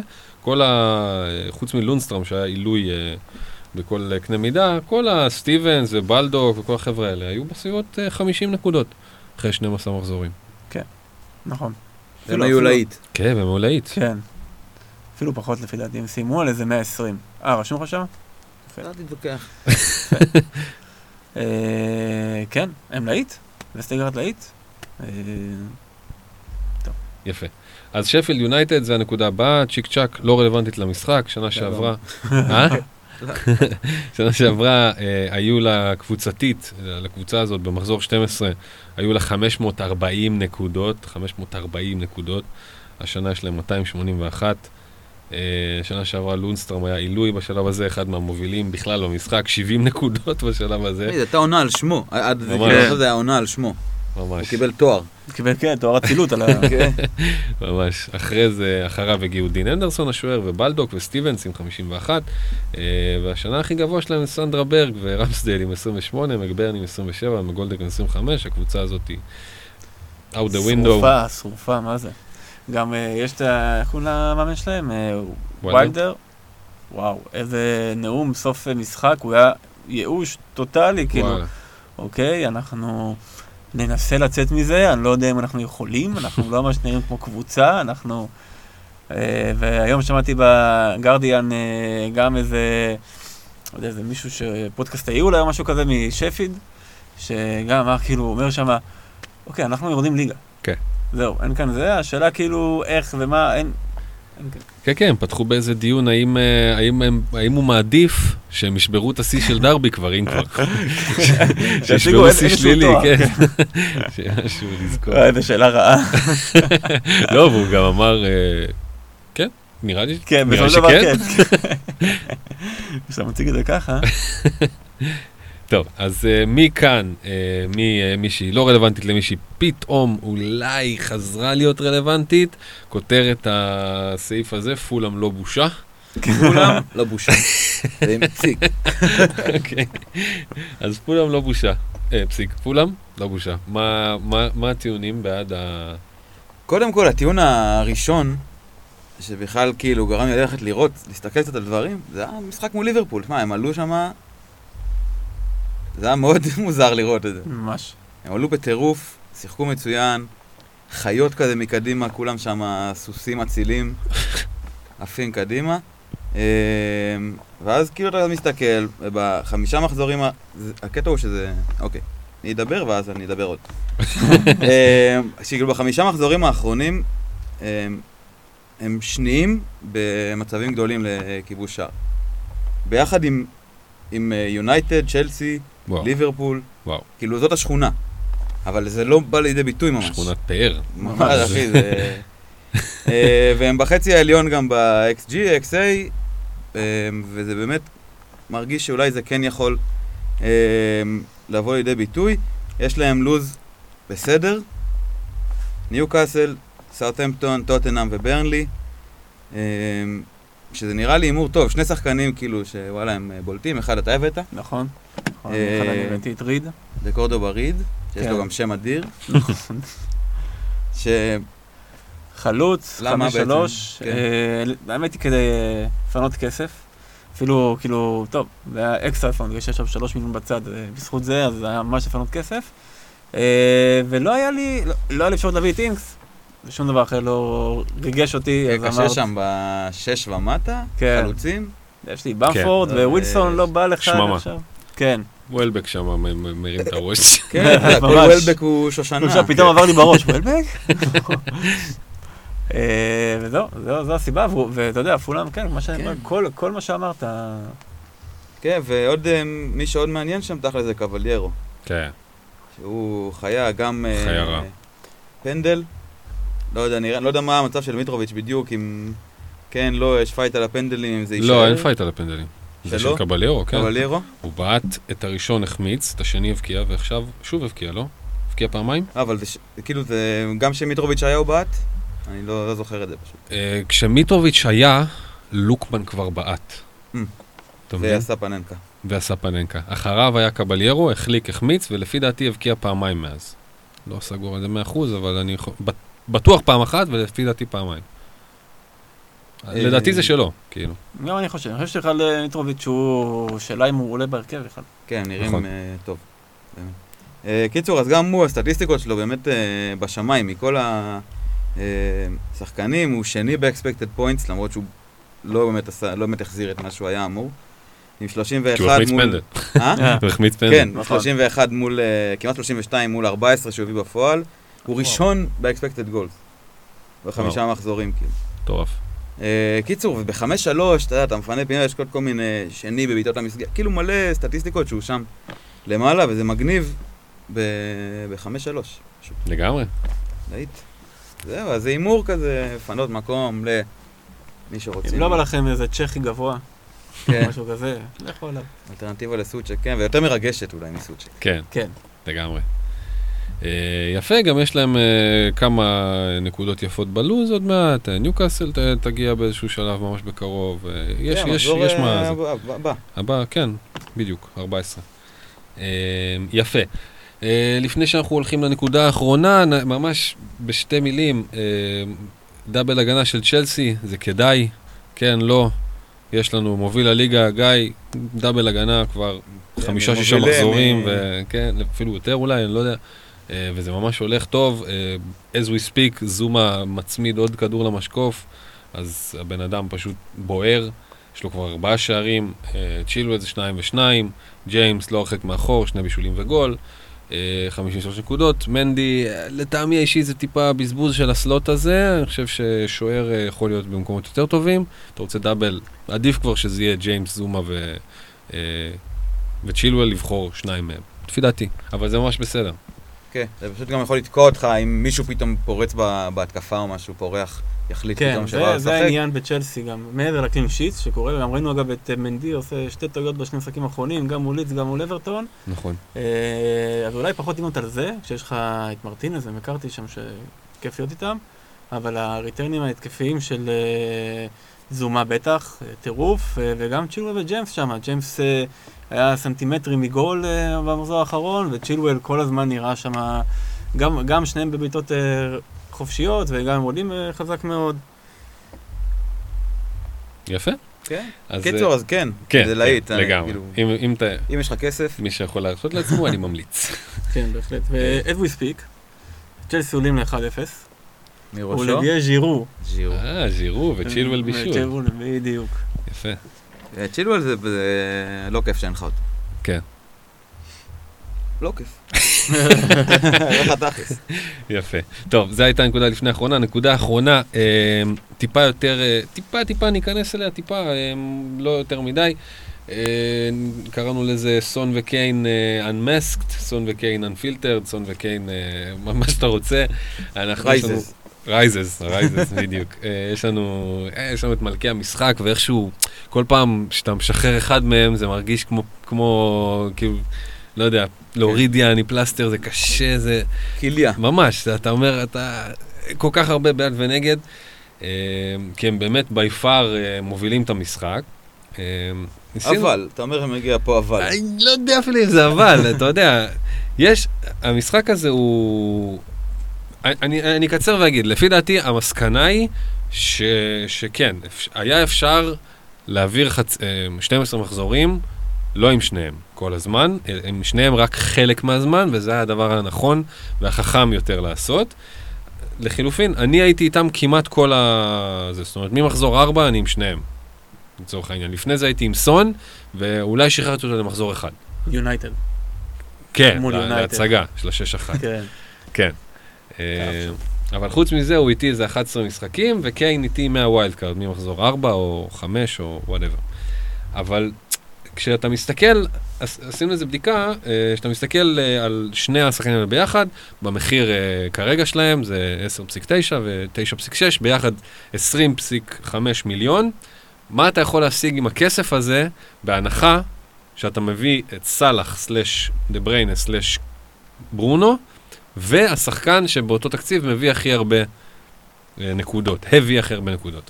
חוץ מלונסטרם שהיה עילוי בכל קנה מידה, כל הסטיבנס ובלדוק וכל החבר'ה האלה היו בסביבות 50 נקודות אחרי 12 מחזורים. כן, נכון. הם היו להיט. כן, הם היו להיט. כן. אפילו פחות לפי דעתי, הם סיימו על איזה 120. רשום לך שם? לא תתווכח. כן, הם להיט. וסטרגרד להיט. טוב. יפה. אז שפילד יונייטד זה הנקודה הבאה, צ'יק צ'אק לא רלוונטית למשחק, שנה שעברה. שנה שעברה היו לה קבוצתית, לקבוצה הזאת במחזור 12, היו לה 540 נקודות, השנה יש להם 281, שנה שעברה לונסטרם היה עילוי בשלב הזה, אחד מהמובילים בכלל במשחק, 70 נקודות בשלב הזה. זה הייתה עונה על שמו, עד זה היה עונה על שמו. ממש. הוא קיבל תואר. כן, תואר הצילות על ה... ממש. אחריו הגיעו דין אנדרסון השוער ובלדוק וסטיבנס עם 51, והשנה הכי גבוה שלהם סנדרה ברג ורמסדייל עם 28, מקברן עם 27 ומגולדק עם 25, הקבוצה הזאת היא out the window. שרופה, מה זה? גם יש את המאמן שלהם, ויילדר. וואו, איזה נאום סוף משחק, הוא היה ייאוש טוטלי, כאילו. אוקיי, אנחנו ננסה לצאת מזה, אני לא יודע אם אנחנו יכולים, אנחנו לא ממש נראים כמו קבוצה, אנחנו... והיום שמעתי בגרדיאן גם איזה לא יודע, זה מישהו שפודקאסטאי אולי או משהו כזה משפיד, שגם אמר, כאילו, אומר שמה, אוקיי, אנחנו יורדים ליגה. כן. זהו, אין כאן זה, השאלה כאילו איך ומה, אין כאן. כן, כן, הם פתחו באיזה דיון האם הוא מעדיף שהם ישברו את השיא של דרבי כבר, אם כבר. שישברו שיא שלילי, כן. שישהו לזכור. איזה שאלה רעה. לא, והוא גם אמר, כן, נראה לי שכן. כן, בסופו של דבר כן. כשאתה מציג את זה ככה. טוב, אז מכאן, מישהי לא רלוונטית למישהי, פתאום אולי חזרה להיות רלוונטית, כותרת הסעיף הזה, פולאם לא בושה. פולאם לא בושה. זה פסיק. אוקיי. אז פולאם לא בושה. פסיק, פולאם לא בושה. מה הטיעונים בעד קודם כל, הטיעון הראשון, שבכלל כאילו גרם לי ללכת לראות, להסתכל קצת על דברים, זה היה משחק מול ליברפול. מה, הם עלו שמה... זה היה מאוד מוזר לראות את זה. ממש. הם עלו בטירוף, שיחקו מצוין, חיות כזה מקדימה, כולם שם סוסים אצילים, עפים קדימה. ואז כאילו אתה מסתכל, ובחמישה מחזורים, הקטע הוא שזה, אוקיי, אני אדבר ואז אני אדבר עוד. שכאילו בחמישה מחזורים האחרונים, הם שניים במצבים גדולים לכיבוש שער. ביחד עם יונייטד, צ'לסי, ליברפול, כאילו זאת השכונה, אבל זה לא בא לידי ביטוי ממש. שכונת פאר. ממש, אחי, זה... והם בחצי העליון גם ב-XG, XA, וזה באמת מרגיש שאולי זה כן יכול לבוא לידי ביטוי. יש להם לוז בסדר, ניוקאסל, סאות'המפטון, טוטנהאם וברנלי, שזה נראה לי אימור טוב, שני שחקנים כאילו שוואלה הם בולטים, אחד אתה הבאת. נכון, אחד אני הבאתי את ריד. וקורדובה ריד, שיש לו גם שם אדיר. חלוץ, 5-3, האמת היא כדי לפנות כסף, אפילו כאילו, טוב, זה היה אקסטרה לפנות, יש שם 3 מיליון בצד, בזכות זה, אז זה היה ממש לפנות כסף, ולא היה לי אפשרות להביא את אינקס, ושום דבר אחר לא ריגש אותי. קשה שם ב6 ומטה, חלוצים. יש לי במפורד ווילסון לא בא לך עכשיו. כן. וולבק שם מרים את הראש. כן, כל וולבק הוא שושנה. פתאום עבר לי בראש, וולבק? וזהו, זו הסיבה, ואתה יודע, פולאם, כן, כל מה שאמרת. כן, ועוד מי שעוד מעניין שם תכל'ס זה קבליירו. כן. שהוא חיה גם... חיה רע. פנדל. לא יודע מה המצב של מיטרוביץ' בדיוק, אם כן, לא, יש פייט על הפנדלים, אם זה יישאר. לא, אין פייט על הפנדלים. זה של קבליירו, כן. קבליירו? הוא בעט את הראשון החמיץ, את השני הבקיע, ועכשיו שוב הבקיע, לא? הבקיע פעמיים? אבל כאילו, גם כשמיטרוביץ' היה הוא בעט, אני לא זוכר את זה פשוט. כשמיטרוביץ' היה, לוקמן כבר בעט. ועשה פננקה. ועשה פננקה. אחריו היה קבליירו, החליק, החמיץ, ולפי דעתי הבקיע פעמיים מאז. לא סגור על זה 100%, אבל אני בטוח פעם אחת, ולפי דעתי פעמיים. לדעתי זה שלו, כאילו. גם אני חושב שבכלל מיטרוביץ' הוא שאלה אם הוא עולה בהרכב בכלל. כן, נראים טוב. קיצור, אז גם הוא, הסטטיסטיקות שלו באמת בשמיים, מכל השחקנים, הוא שני ב-expected points, למרות שהוא לא באמת החזיר את מה שהוא היה אמור. עם 31 מול... כי הוא החמיץ פנדל. הוא החמיץ פנדל. כן, 31 מול, כמעט 32 מול 14 שהוא הביא בפועל. הוא ראשון ב-expected goals. בחמישה מחזורים, כאילו. טוב. קיצור, וב-5-3, אתה יודע, אתה מפנה פינה, יש כל מיני שני בביתות המסגרת, כאילו מלא סטטיסטיקות שהוא שם למעלה, וזה מגניב ב-5-3. לגמרי. להיט. זהו, אז זה אימור כזה, פנות מקום למי שרוצים. אם לא בא לכם איזה צ'כי גבוה, משהו כזה, לכו עליו. אלטרנטיבה לסוצ'ק, כן, ויותר מרגשת אולי מסוצ'ק. כן, כן. לגמרי. יפה, גם יש להם כמה נקודות יפות בלוז עוד מעט, ניוקאסל תגיע באיזשהו שלב ממש בקרוב, יש מה... הבא, כן, בדיוק, 14. יפה. לפני שאנחנו הולכים לנקודה האחרונה, ממש בשתי מילים, דאבל הגנה של צ'לסי, זה כדאי, כן, לא, יש לנו מוביל הליגה, גיא, דאבל הגנה כבר 5-6 מחזורים, וכן, אפילו יותר אולי, אני לא יודע. וזה ממש הולך טוב, as we speak, זומה מצמיד עוד כדור למשקוף, אז הבן אדם פשוט בוער, יש לו כבר 4 שערים, צ'ילואל זה 2 ו2, ג'יימס לא הרחק מאחור, 2 בישולים וגול, 53 נקודות. מנדי, לטעמי האישי זה טיפה בזבוז של הסלוט הזה, אני חושב ששוער יכול להיות במקומות יותר טובים. אתה רוצה דאבל, עדיף כבר שזה יהיה ג'יימס, זומה וצ'ילואל לבחור 2 מהם. לפי דעתי, אבל זה ממש בסדר. כן, זה פשוט גם יכול לתקוע אותך אם מישהו פתאום פורץ בהתקפה או משהו, פורח, יחליט פתאום שבא לשחק. כן, זה העניין בצ'לסי גם, מעבר לקלין שיטס שקורה, וגם ראינו אגב את מנדי עושה 2 טעויות בשני משחקים האחרונים, גם מול לידס, גם מול אברטון. נכון. אז אולי פחות דינות על זה, כשיש לך את מרטינז ומקארתי שם שכיף להיות איתם, אבל הריטרנים ההתקפיים של זומה בטח, טירוף, וגם צ'ילואל וג'יימס שם, ג'יימס היה סנטימטרי מגול במחזור האחרון, וצ'ילואל כל הזמן נראה שם, גם שניהם בביתות חופשיות, וגם הם עולים חזק מאוד. יפה. כן. קיצור, אז כן. זה להיט. לגמרי. אם יש לך כסף. מי שיכול להרשות לעצמו, אני ממליץ. כן, בהחלט. ו-as we speak, צ'לסי עולים ל-1-0. מראשו? ולדייה ז'ירו. ז'ירו וצ'ילואל בישול. צ'ילואל, בדיוק. יפה. צ'ילואל זה לא כיף שאין לך אותו. כן. לא כיף. איך התכלס. יפה. טוב, זו הייתה הנקודה לפני האחרונה. נקודה האחרונה, טיפה יותר, טיפה ניכנס אליה, טיפה, לא יותר מדי. קראנו לזה סון וקיין unmasked, סון וקיין unfiltered, סון וקיין מה שאתה רוצה. רייזס, בדיוק. יש לנו את מלכי המשחק, ואיכשהו כל פעם שאתה משחרר אחד מהם, זה מרגיש כמו, כאילו, לא יודע, להוריד יעני פלסטר, זה קשה, זה... קיליה. ממש, אתה אומר, אתה כל כך הרבה בעד ונגד, כי הם באמת ביפר מובילים את המשחק. אבל, אתה אומר, הם מגיע פה אבל. אני לא יודע אפילו אם זה אבל, אתה יודע, המשחק הזה הוא... אני אקצר ואגיד, לפי דעתי, המסקנה היא שכן, היה אפשר להעביר 12 מחזורים, לא עם שניהם כל הזמן, עם שניהם רק חלק מהזמן, וזה היה הדבר הנכון והחכם יותר לעשות. לחילופין, אני הייתי איתם כמעט כל זה, זאת אומרת, ממחזור 4 אני עם שניהם, לצורך העניין. לפני זה הייתי עם סון, ואולי שחררתי אותו למחזור 1. יונייטד. כן, להצגה של ה-6-1. כן. כן. אבל חוץ מזה הוא איתי איזה 11 משחקים, וקיין איתי מהווילד קארד, ממחזור 4 או 5 או whatever. אבל כשאתה מסתכל, עשינו איזו בדיקה, כשאתה מסתכל על שני השחקנים האלה ביחד, במחיר כרגע שלהם זה 10.9 ו-9.6, ביחד 20.5 מיליון. מה אתה יכול להשיג עם הכסף הזה, בהנחה שאתה מביא את סלאח סלש דה בריינה סלש ברונו, והשחקן שבאותו תקציב מביא הכי הרבה נקודות, הביא הכי הרבה נקודות.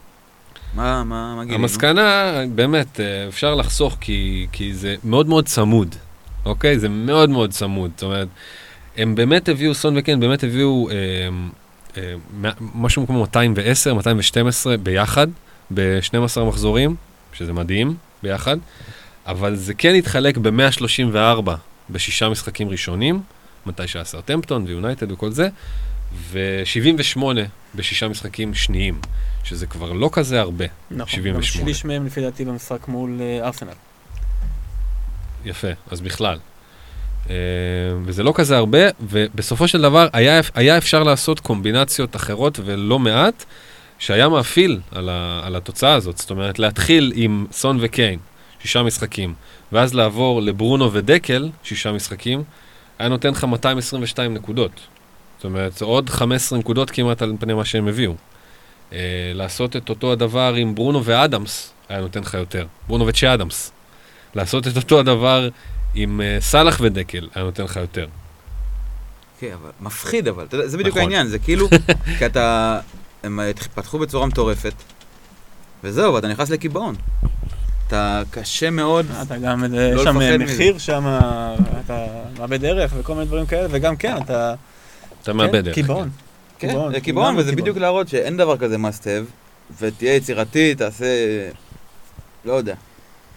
מה גילינו? המסקנה, באמת, אפשר לחסוך כי זה מאוד מאוד צמוד, אוקיי? זה מאוד מאוד צמוד, זאת אומרת, הם באמת הביאו, סון וקיין באמת הביאו משהו כמו 210, 212 ביחד, ב-12 מחזורים, שזה מדהים ביחד, אבל זה כן התחלק ב-134 ב6 משחקים ראשונים, מתי שהיה סאות'המפטון ויונייטד וכל זה, ו-78 ב6 משחקים שניים, שזה כבר לא כזה הרבה, נכון, 78. גם שליש מהם לפי דעתי במשחק מול ארסנל. יפה, אז בכלל. וזה לא כזה הרבה, ובסופו של דבר היה אפשר לעשות קומבינציות אחרות ולא מעט, שהיה מאפיל על התוצאה הזאת. זאת אומרת, להתחיל עם סון וקיין, 6 משחקים, ואז לעבור לברונו ודקל, 6 משחקים, היה נותן לך 222 נקודות. זאת אומרת, עוד 15 נקודות כמעט על פני מה שהם הביאו. לעשות את אותו הדבר עם ברונו ואדמס, היה נותן לך יותר. ברונו וצ'י אדמס. לעשות את אותו הדבר עם סלאח ודקל, היה נותן לך יותר. כן, אבל מפחיד אבל. זה בדיוק העניין, זה כאילו, כי הם פתחו בצורה מטורפת, וזהו, ואתה נכנס לקיבעון. אתה קשה מאוד. אתה גם, יש שם מחיר שם, אתה מאבד ערך וכל מיני דברים כאלה, וגם כן, אתה מאבד ערך. קיבעון. כן, זה קיבעון, וזה בדיוק להראות שאין דבר כזה must have, ותהיה יצירתי, תעשה, לא יודע.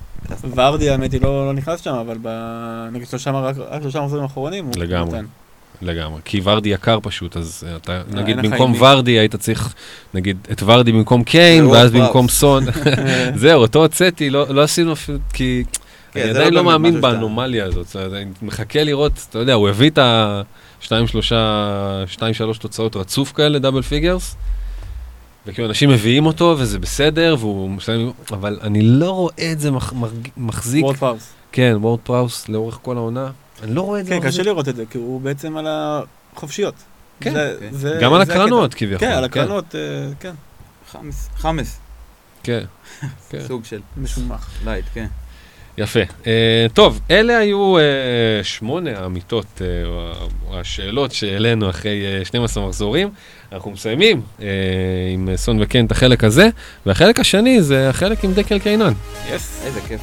ורדי, האמת היא, לא נכנס שם, אבל נגיד רק 3 מחזורים האחרונים, הוא לגמרי. לגמרי, כי ורדי יקר פשוט, אז אתה, נגיד, אין לך במקום עם ורדי היית צריך, נגיד, את ורדי במקום קיין, זה ואז וורט במקום פראוס. סון. זהו, אותו הוצאתי, לא עשינו אפילו, כי כן, אני זה עדיין לא לא באמת מאמין משהו שאתה- באנומליה הזאת, זאת אומרת, אני מחכה לראות, אתה יודע, הוא הביא את ה-2-3 תוצאות רצוף כאלה, דאבל פיגרס, וכאילו אנשים מביאים אותו, וזה בסדר, אבל אני לא רואה את זה מחזיק, וורד פאוס. כן, וורד פראוס לאורך כל העונה, אני לא רואה את זה כן, מחזיק. קשה לראות את זה, כי הוא בעצם על החופשיות. כן, גם על הקרנות כביכול. כן, על הקרנות, כן. חמס, כן, כן. סוג של משומח. לייט, כן. יפה. טוב, אלה היו 8 האמיתות, או השאלות שהעלינו אחרי 12 מחזורים. אנחנו מסיימים עם סון וקיין את החלק הזה, והחלק השני זה החלק עם דקל קיינן. יס. איזה כיף.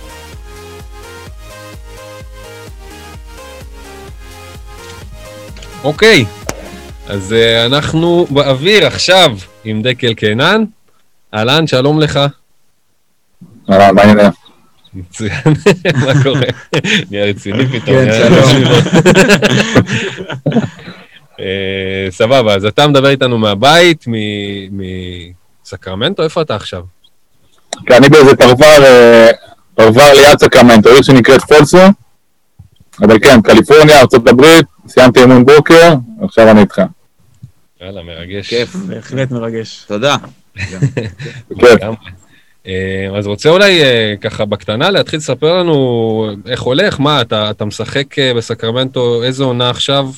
אוקיי, אז אנחנו באוויר עכשיו עם דקל קיינן. אהלן, שלום לך. מה העניין? מצוין, מה קורה? נהיה רציני פתאום. כן, שלום. סבבה, אז אתה מדבר איתנו מהבית, מסקרמנטו, איפה אתה עכשיו? כי אני באיזה פרבר ליד סקרמנטו, עיר שנקראת פולסו, אבל כן, קליפורניה, ארצות הברית, סיימתי אימון בוקר, עכשיו אני איתך. יאללה, מרגש. כיף. בהחלט מרגש. תודה. כיף. אז רוצה אולי ככה בקטנה להתחיל לספר לנו איך הולך, מה, אתה משחק בסקרמנטו, איזו עונה עכשיו?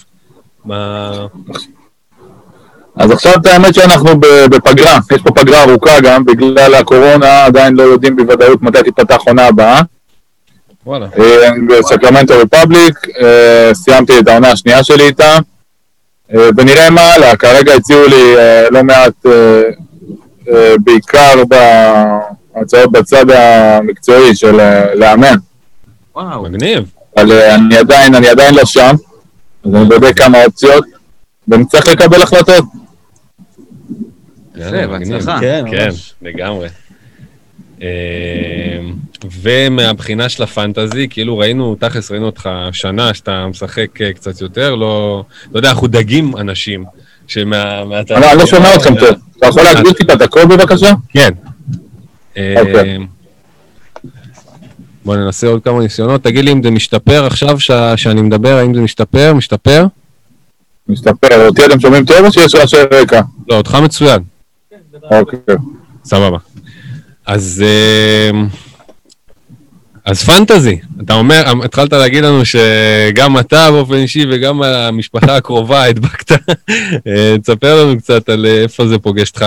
אז עכשיו את האמת שאנחנו בפגרה, יש פה פגרה ארוכה גם, בגלל הקורונה עדיין לא יודעים בוודאות מתי תיפתח עונה הבאה. וואלה. בסקרמנטו רפובליק, סיימתי את העונה השנייה שלי איתה, ונראה מה הלאה, כרגע הציעו לי לא מעט, בעיקר בהצעות בצד המקצועי של לאמן. וואו. מגניב. אבל אני עדיין לא שם, אז אני בודק כמה אופציות, ונצטרך לקבל החלטות. יאללה, מגניב. בהצלחה. כן, כן, ממש. לגמרי. ומהבחינה של הפנטזי, כאילו ראינו אותך שנה שאתה משחק קצת יותר, לא יודע, אנחנו דגים אנשים אני לא שומע אתכם טוב. אתה יכול להגדיל טיפה את הקול בבקשה? כן. אוקיי. בוא ננסה עוד כמה ניסיונות, תגיד לי אם זה משתפר עכשיו שאני מדבר, האם זה משתפר? משתפר, אותי אתם שומעים טוב או שיש רעשי רקע? לא, אותך מצוין. אוקיי. סבבה. אז פנטזי, אתה אומר, התחלת להגיד לנו שגם אתה באופן אישי וגם המשפחה הקרובה הדבקת, תספר לנו קצת על איפה זה פוגש אותך.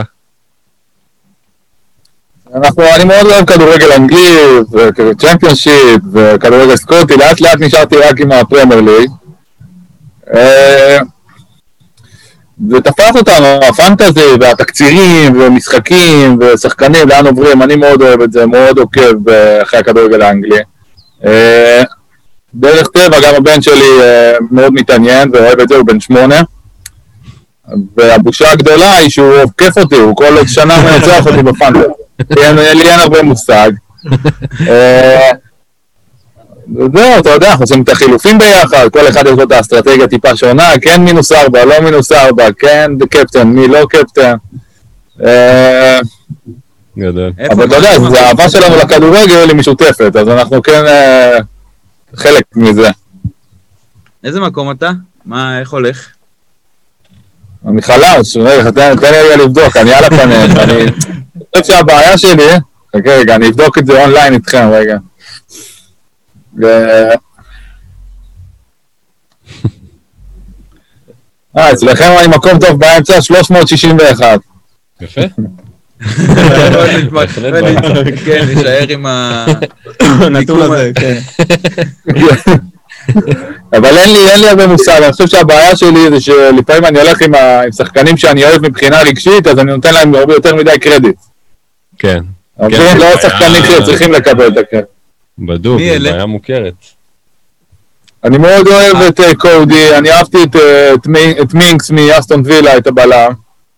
אני מאוד אוהב כדורגל אנגלי, וצ'מפיונשיפ, וכדורגל סקוטי, לאט לאט נשארתי רק עם הפרמייר ליג. ותפס אותנו, הפנטזי, והתקצירים, ומשחקים, ושחקנים, לאן עוברים, אני מאוד אוהב את זה, מאוד עוקב אחרי הכדורגל האנגלי. דרך טבע, גם הבן שלי מאוד מתעניין, ואוהב את זה, הוא בן 8. והבושה הגדולה היא שהוא עוקף אותי, הוא כל עוד שנה מנצח אותי בפנטזי. לי אין הרבה מושג. וזהו, אתה יודע, אנחנו עושים את החילופים ביחד, כל אחד יש לו את האסטרטגיה טיפה שונה, כן -4, לא -4, כן קפטן, מי לא קפטן. גדול. אבל אתה יודע, זה האהבה שלנו לכדורגל היא משותפת, אז אנחנו כן חלק מזה. איזה מקום אתה? איך הולך? אני חלש, רגע, תן לי רגע לבדוק, אני על הפאנל, אני חושב שהבעיה שלי, חכה רגע, אני אבדוק את זה אונליין איתכם, רגע. אצלכם אני מקום טוב באמצע, 361. יפה. כן, נשאר עם נתון הזה, כן. אבל אין לי הרבה מושג, אני חושב שהבעיה שלי זה שלפעמים אני הולך עם שחקנים שאני אוהב מבחינה רגשית, אז אני נותן להם הרבה יותר מדי קרדיט. כן. אבל לא שחקנים שצריכים לקבל את הקרדיט. בדוק, זו בעיה מוכרת. אני מאוד אוהב את קודי, אני אהבתי את מינקס מאסטון וילה, את הבלם.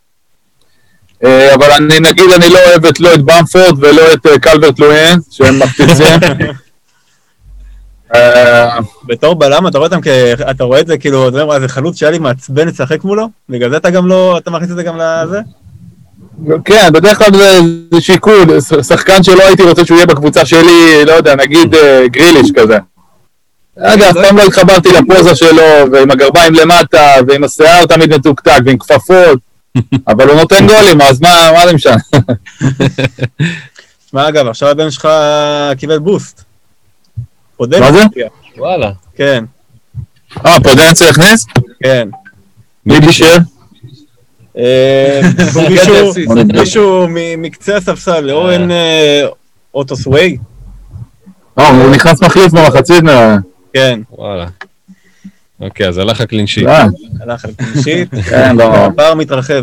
אבל אני לא אוהב לא את במפורד ולא את קלברט לואין, שהם מפציצים. בתור בלם, אתה רואה אותם אתה רואה את זה כאילו, אתה יודע, זה חלוץ שהיה לי מעצבן לשחק מולו? בגלל זה אתה גם לא, אתה מכניס את זה גם לזה? כן, בדרך כלל זה שיקול, שחקן שלא הייתי רוצה שהוא יהיה בקבוצה שלי, לא יודע, נגיד גריליש כזה. אף פעם לא התחברתי לפוזה שלו, ועם הגרביים למטה, ועם השיער תמיד מתוקתק, ועם כפפות, אבל הוא נותן גולים, אז מה זה משנה? מה אגב, עכשיו הבן שלך קיבל בוסט. מה זה? וואלה. כן. פודנציה הכניס? כן. מי בישל? מישהו מקצה הספסל, לאורן אוטוסווי. הוא נכנס מחליף במחצית. כן. וואלה. אוקיי, אז הלך הקלינשיט. הלך הקלינשיט. כן, לא. הפער מתרחב.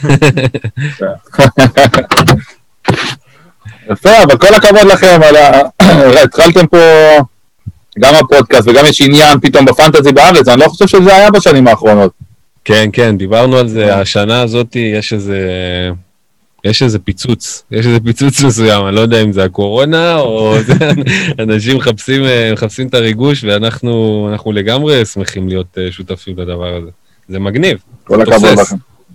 יפה, אבל כל הכבוד לכם, התחלתם פה גם הפודקאסט וגם יש עניין פתאום בפנטזי בארץ, אני לא חושב שזה היה בשנים האחרונות. כן, כן, דיברנו על זה, השנה הזאת יש איזה פיצוץ, מסוים, אני לא יודע אם זה הקורונה או אנשים מחפשים את הריגוש ואנחנו לגמרי שמחים להיות שותפים לדבר הזה. זה מגניב. כל הכבוד לכם.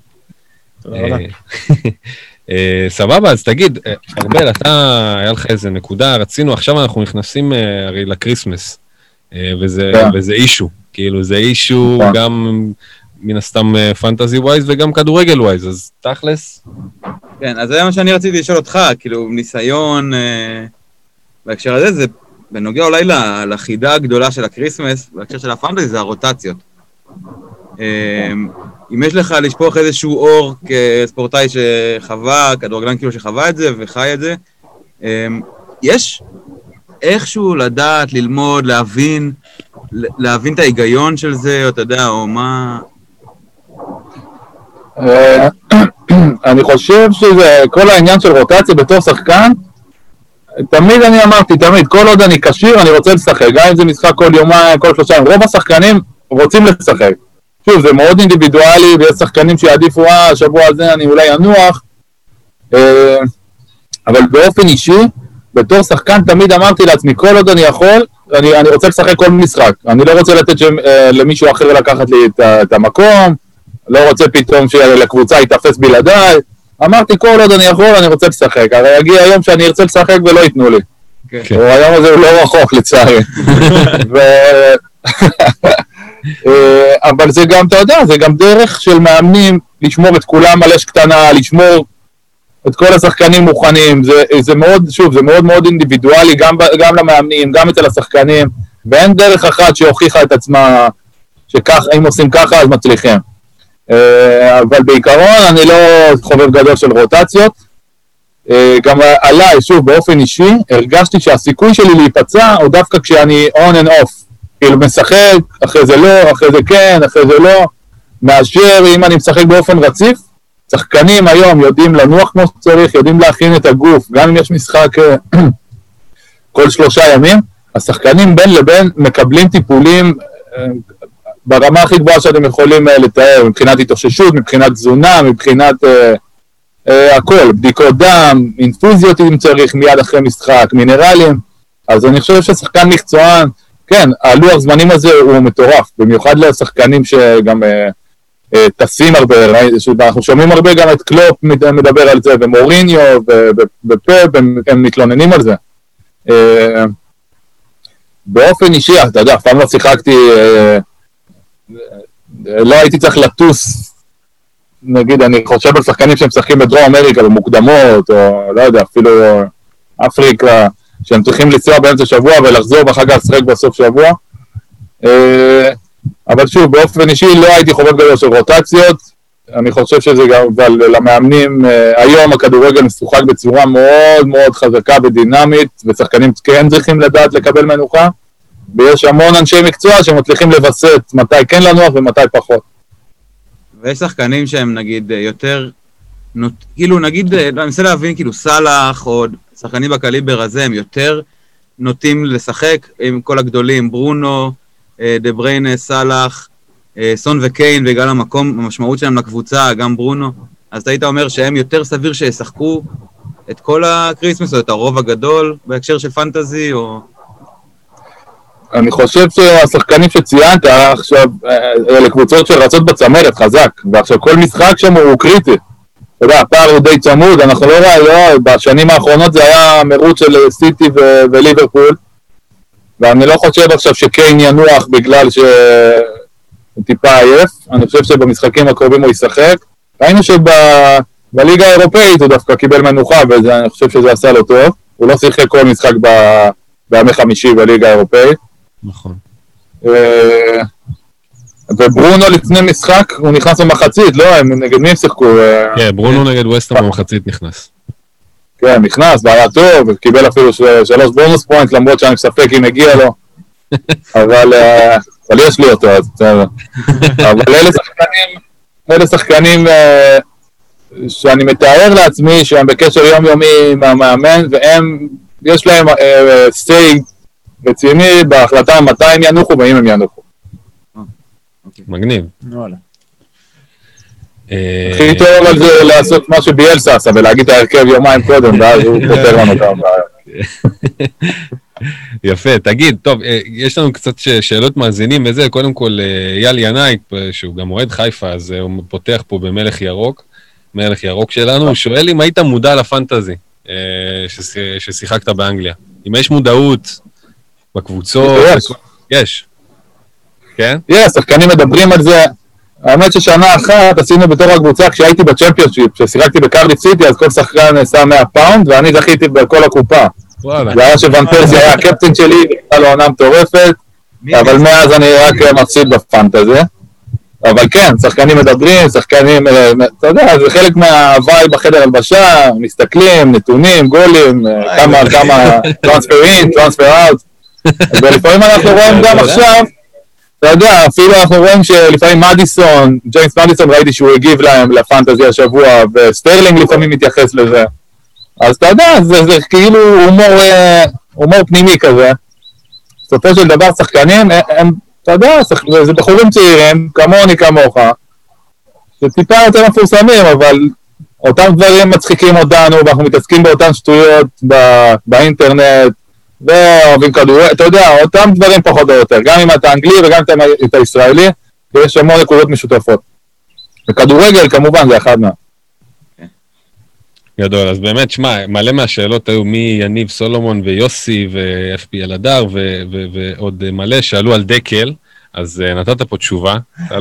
סבבה, אז תגיד, ארבל, היה לך איזה נקודה, רצינו, עכשיו אנחנו נכנסים הרי לקריסמס, וזה אישו, כאילו זה אישו גם מן הסתם פנטזי ווייז וגם כדורגל ווייז, אז תכלס. כן, אז זה מה שאני רציתי לשאול אותך, כאילו ניסיון בהקשר הזה, זה בנוגע אולי לחידה הגדולה של הקריסמס, בהקשר של הפנטזי זה הרוטציות. אם יש לך לשפוך איזשהו אור כספורטאי שחווה, כדורגלן כאילו שחווה את זה וחי את זה, יש איכשהו לדעת, ללמוד, להבין את ההיגיון של זה, או אתה יודע, או מה... אני חושב שזה, כל העניין של רוטציה בתור שחקן, תמיד אני אמרתי, כל עוד אני קשיר, אני רוצה לשחק, גם אם זה משחק כל יומיים, כל 3 ימים, רוב השחקנים רוצים לשחק. שוב, זה מאוד אינדיבידואלי, ויש שחקנים שיעדיפו, השבוע הזה אני אולי אנוח, אבל באופן אישי, בתור שחקן תמיד אמרתי לעצמי, כל עוד אני יכול, אני רוצה לשחק כל משחק. אני לא רוצה לתת למישהו אחר לקחת לי את המקום, לא רוצה פתאום שלקבוצה יתאפס בלעדיי. אמרתי, כל עוד אני יכול, אני רוצה לשחק. הרי יגיע היום שאני ארצה לשחק ולא ייתנו לי. היום הזה הוא לא רחוק, לצערי. אבל זה גם, אתה יודע, זה גם דרך של מאמנים לשמור את כולם על אש קטנה, לשמור את כל השחקנים מוכנים, זה מאוד, שוב, זה מאוד מאוד אינדיבידואלי, גם למאמנים, גם אצל השחקנים, ואין דרך אחת שהוכיחה את עצמה, שכך, אם עושים ככה, אז מצליחים. אבל בעיקרון, אני לא חובב גדול של רוטציות, גם עליי, שוב, באופן אישי, הרגשתי שהסיכוי שלי להיפצע, הוא דווקא כשאני on and off, כאילו משחק, אחרי זה לא, אחרי זה כן, אחרי זה לא, מאשר אם אני משחק באופן רציף, שחקנים היום יודעים לנוח כמו שצריך, יודעים להכין את הגוף, גם אם יש משחק כל 3 ימים, השחקנים בין לבין מקבלים טיפולים ברמה הכי גבוהה שאתם יכולים לתאר, מבחינת התאוששות, מבחינת תזונה, מבחינת הכל, בדיקות דם, אינפוזיות אם צריך מיד אחרי משחק, מינרלים, אז אני חושב ששחקן מקצוען, כן, הלוח זמנים הזה הוא מטורף, במיוחד לשחקנים שגם טסים הרבה, אנחנו שומעים הרבה גם את קלופ מדבר על זה, ומוריניו, ופפ, הם מתלוננים על זה. באופן אישי, אתה יודע, פעם לא שיחקתי, לא הייתי צריך לטוס, נגיד, אני חושב על שחקנים שהם משחקים בדרום אמריקה, במוקדמות, או לא יודע, אפילו אפריקה, שהם צריכים לנסוע באמצע שבוע ולחזור ואחר כך לשחק בסוף שבוע. אבל שוב, באופן אישי לא הייתי חובב גדול של רוטציות, אני חושב שזה גם, למאמנים, היום הכדורגל משוחק בצורה מאוד מאוד חזקה ודינמית, ושחקנים כן צריכים לדעת לקבל מנוחה, ויש המון אנשי מקצוע שמצליחים לבסט מתי כן לנוח ומתי פחות. ויש שחקנים שהם נגיד יותר, כאילו נגיד, אני מנסה להבין, כאילו סלאח או שחקנים בקליבר הזה, הם יותר נוטים לשחק עם כל הגדולים, ברונו, דה בריינה, סלאח, סון וקיין, בגלל המקום, המשמעות שלהם לקבוצה, גם ברונו, אז אתה היית אומר שהם יותר סביר שישחקו את כל הקריסמס, או את הרוב הגדול, בהקשר של פנטזי, או... אני חושב שהשחקנים שציינת עכשיו, אלה קבוצות שרצות בצמרת חזק, ועכשיו כל משחק שם הוא קריטי. אתה יודע, הפער הוא די צמוד, אנחנו לא רואים, בשנים האחרונות זה היה מרוץ של סיטי וליברפול, ואני לא חושב עכשיו שקיין ינוח בגלל שהוא טיפה עייף, אני חושב שבמשחקים הקרובים הוא ישחק. ראינו שבליגה האירופאית הוא דווקא קיבל מנוחה, ואני חושב שזה עשה לו טוב, הוא לא שיחק כל משחק בימי חמישי בליגה האירופאית. נכון. וברונו לפני משחק, הוא נכנס במחצית, לא? הם נגד מי הם שיחקו? כן, ברונו נגד ווסטהאם במחצית נכנס. כן, נכנס, והיה טוב, וקיבל אפילו 3 בונוס פוינט, למרות שאני מספק אם הגיע לו. אבל יש לי אותו, אז בסדר. אבל אלה שחקנים שאני מתאר לעצמי שהם בקשר יומיומי עם המאמן, והם, יש להם סטייג רציני בהחלטה מתי הם ינוחו ואם הם ינוחו. מגניב. הכי טוב על זה לעשות מה שביאלסה עשה ולהגיד את ההרכב יומיים קודם, ואז הוא פותר לנו אותם. יפה, תגיד, טוב, יש לנו קצת שאלות מאזינים וזה, קודם כל יאל ינאי, שהוא גם אוהד חיפה, אז הוא פותח פה במלך ירוק, מלך ירוק שלנו, הוא שואל אם היית מודע לפנטזי ששיחקת באנגליה. אם יש מודעות בקבוצות, יש. כן? שחקנים מדברים על זה. האמת ששנה אחת עשינו בתור הקבוצה, כשהייתי בצ'מפיונשיפ, כששיחקתי בקרדיף סיטי, אז כל שחקן נעשה 100 פאונד, ואני זכיתי בכל הקופה. זה היה שוון פרסי היה הקפטן שלי, הייתה לו עונה מטורפת, אבל מאז אני רק מפסיד בפנטזי. אבל כן, שחקנים מדברים, שחקנים, אתה יודע, זה חלק מהווייב בחדר הלבשה, מסתכלים, נתונים, גולים, כמה טרנספר אין, טרנספר אאוט, ולפעמים אנחנו רואים גם עכשיו, אתה יודע, אפילו אנחנו רואים שלפעמים מדיסון, ג'יימס מדיסון, ראיתי שהוא הגיב להם לפנטזי השבוע, וסטרלינג לפעמים מתייחס לזה. אז אתה יודע, זה כאילו הומור פנימי כזה. בסופו של דבר, שחקנים, הם, אתה יודע, זה בחורים צעירים, כמוני, כמוך. זה טיפה יותר מפורסמים, אבל אותם דברים מצחיקים אותנו, ואנחנו מתעסקים באותן שטויות באינטרנט, ואוהבים כדורגל, אתה יודע, אותם דברים פחות או יותר, גם אם אתה אנגלי וגם אם אתה ישראלי, יש המון נקודות משותפות. וכדורגל כמובן זה אחד מה. גדול, אז באמת, שמע, מלא מהשאלות היו מיניב סולומון ויוסי ו-FP אלדר ועוד מלא שאלו על דקל, אז נתת פה תשובה.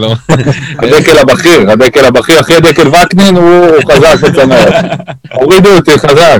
הדקל הבכיר, אחרי דקל וקנין הוא חזק בצמרת. הורידו אותי חזק.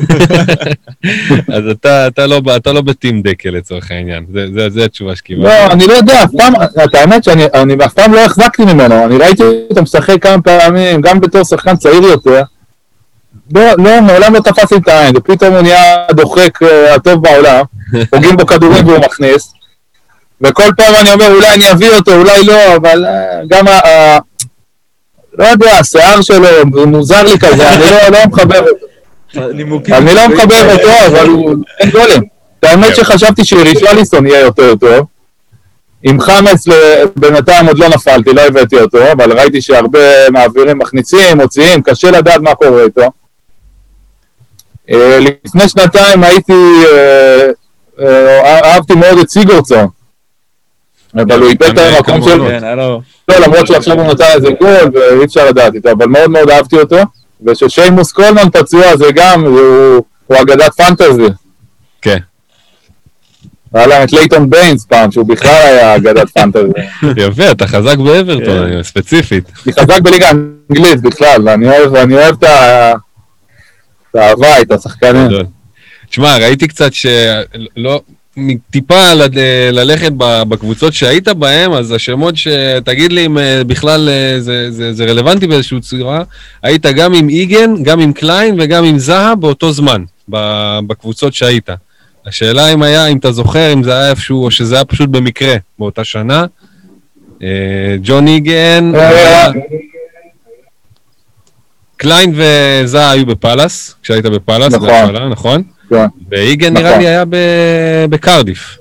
אז אתה לא בטים דקל לצורך העניין, זה התשובה שקיבלתי. לא, אני לא יודע, את האמת שאני אף פעם לא החזקתי ממנו, אני ראיתי אותו משחק כמה פעמים, גם בתור שחקן צעיר יותר, לא, מעולם לא תפס לי את העין, ופתאום הוא נהיה דוחק הטוב בעולם, פוגעים בו כדורים והוא מכניס, וכל פעם אני אומר, אולי אני אביא אותו, אולי לא, אבל גם לא יודע, השיער שלו, הוא מוזר לי כזה, אני לא מחבר אותו. אני לא מחבר אותו, אבל הוא אין גולים. האמת שחשבתי שרישליסון יהיה יותר טוב. עם חמאס בינתיים עוד לא נפלתי, לא הבאתי אותו, אבל ראיתי שהרבה מעבירים מכניסים, מוציאים, קשה לדעת מה קורה איתו. לפני שנתיים אהבתי מאוד את סיגורצון. אבל הוא איבד את המקום שלו. לא, למרות שעכשיו הוא נתן איזה גול, ואי אפשר לדעת איתו, אבל מאוד מאוד אהבתי אותו. וששיימוס קולמן פצוע, זה גם, הוא אגדת פנטזי. כן. היה להם את לייטון ביינס פעם, שהוא בכלל היה אגדת פנטזי. יפה, אתה חזק באברטון, ספציפית. אני חזק בליגה האנגלית בכלל, אני אוהב את האהבה, את השחקנים. תשמע, ראיתי קצת שלא... טיפה ללכת בקבוצות שהיית בהם, אז השמות שתגיד לי אם בכלל זה רלוונטי באיזשהו צורה, היית גם עם איגן, גם עם קליין וגם עם זהה באותו זמן, בקבוצות שהיית. השאלה אם אתה זוכר, אם זה היה איפשהו, או שזה היה פשוט במקרה באותה שנה. ג'ון איגן, קליין וזהה היו בפלס, כשהיית בפלס, נכון? ואיגן נראה לי היה בקרדיף.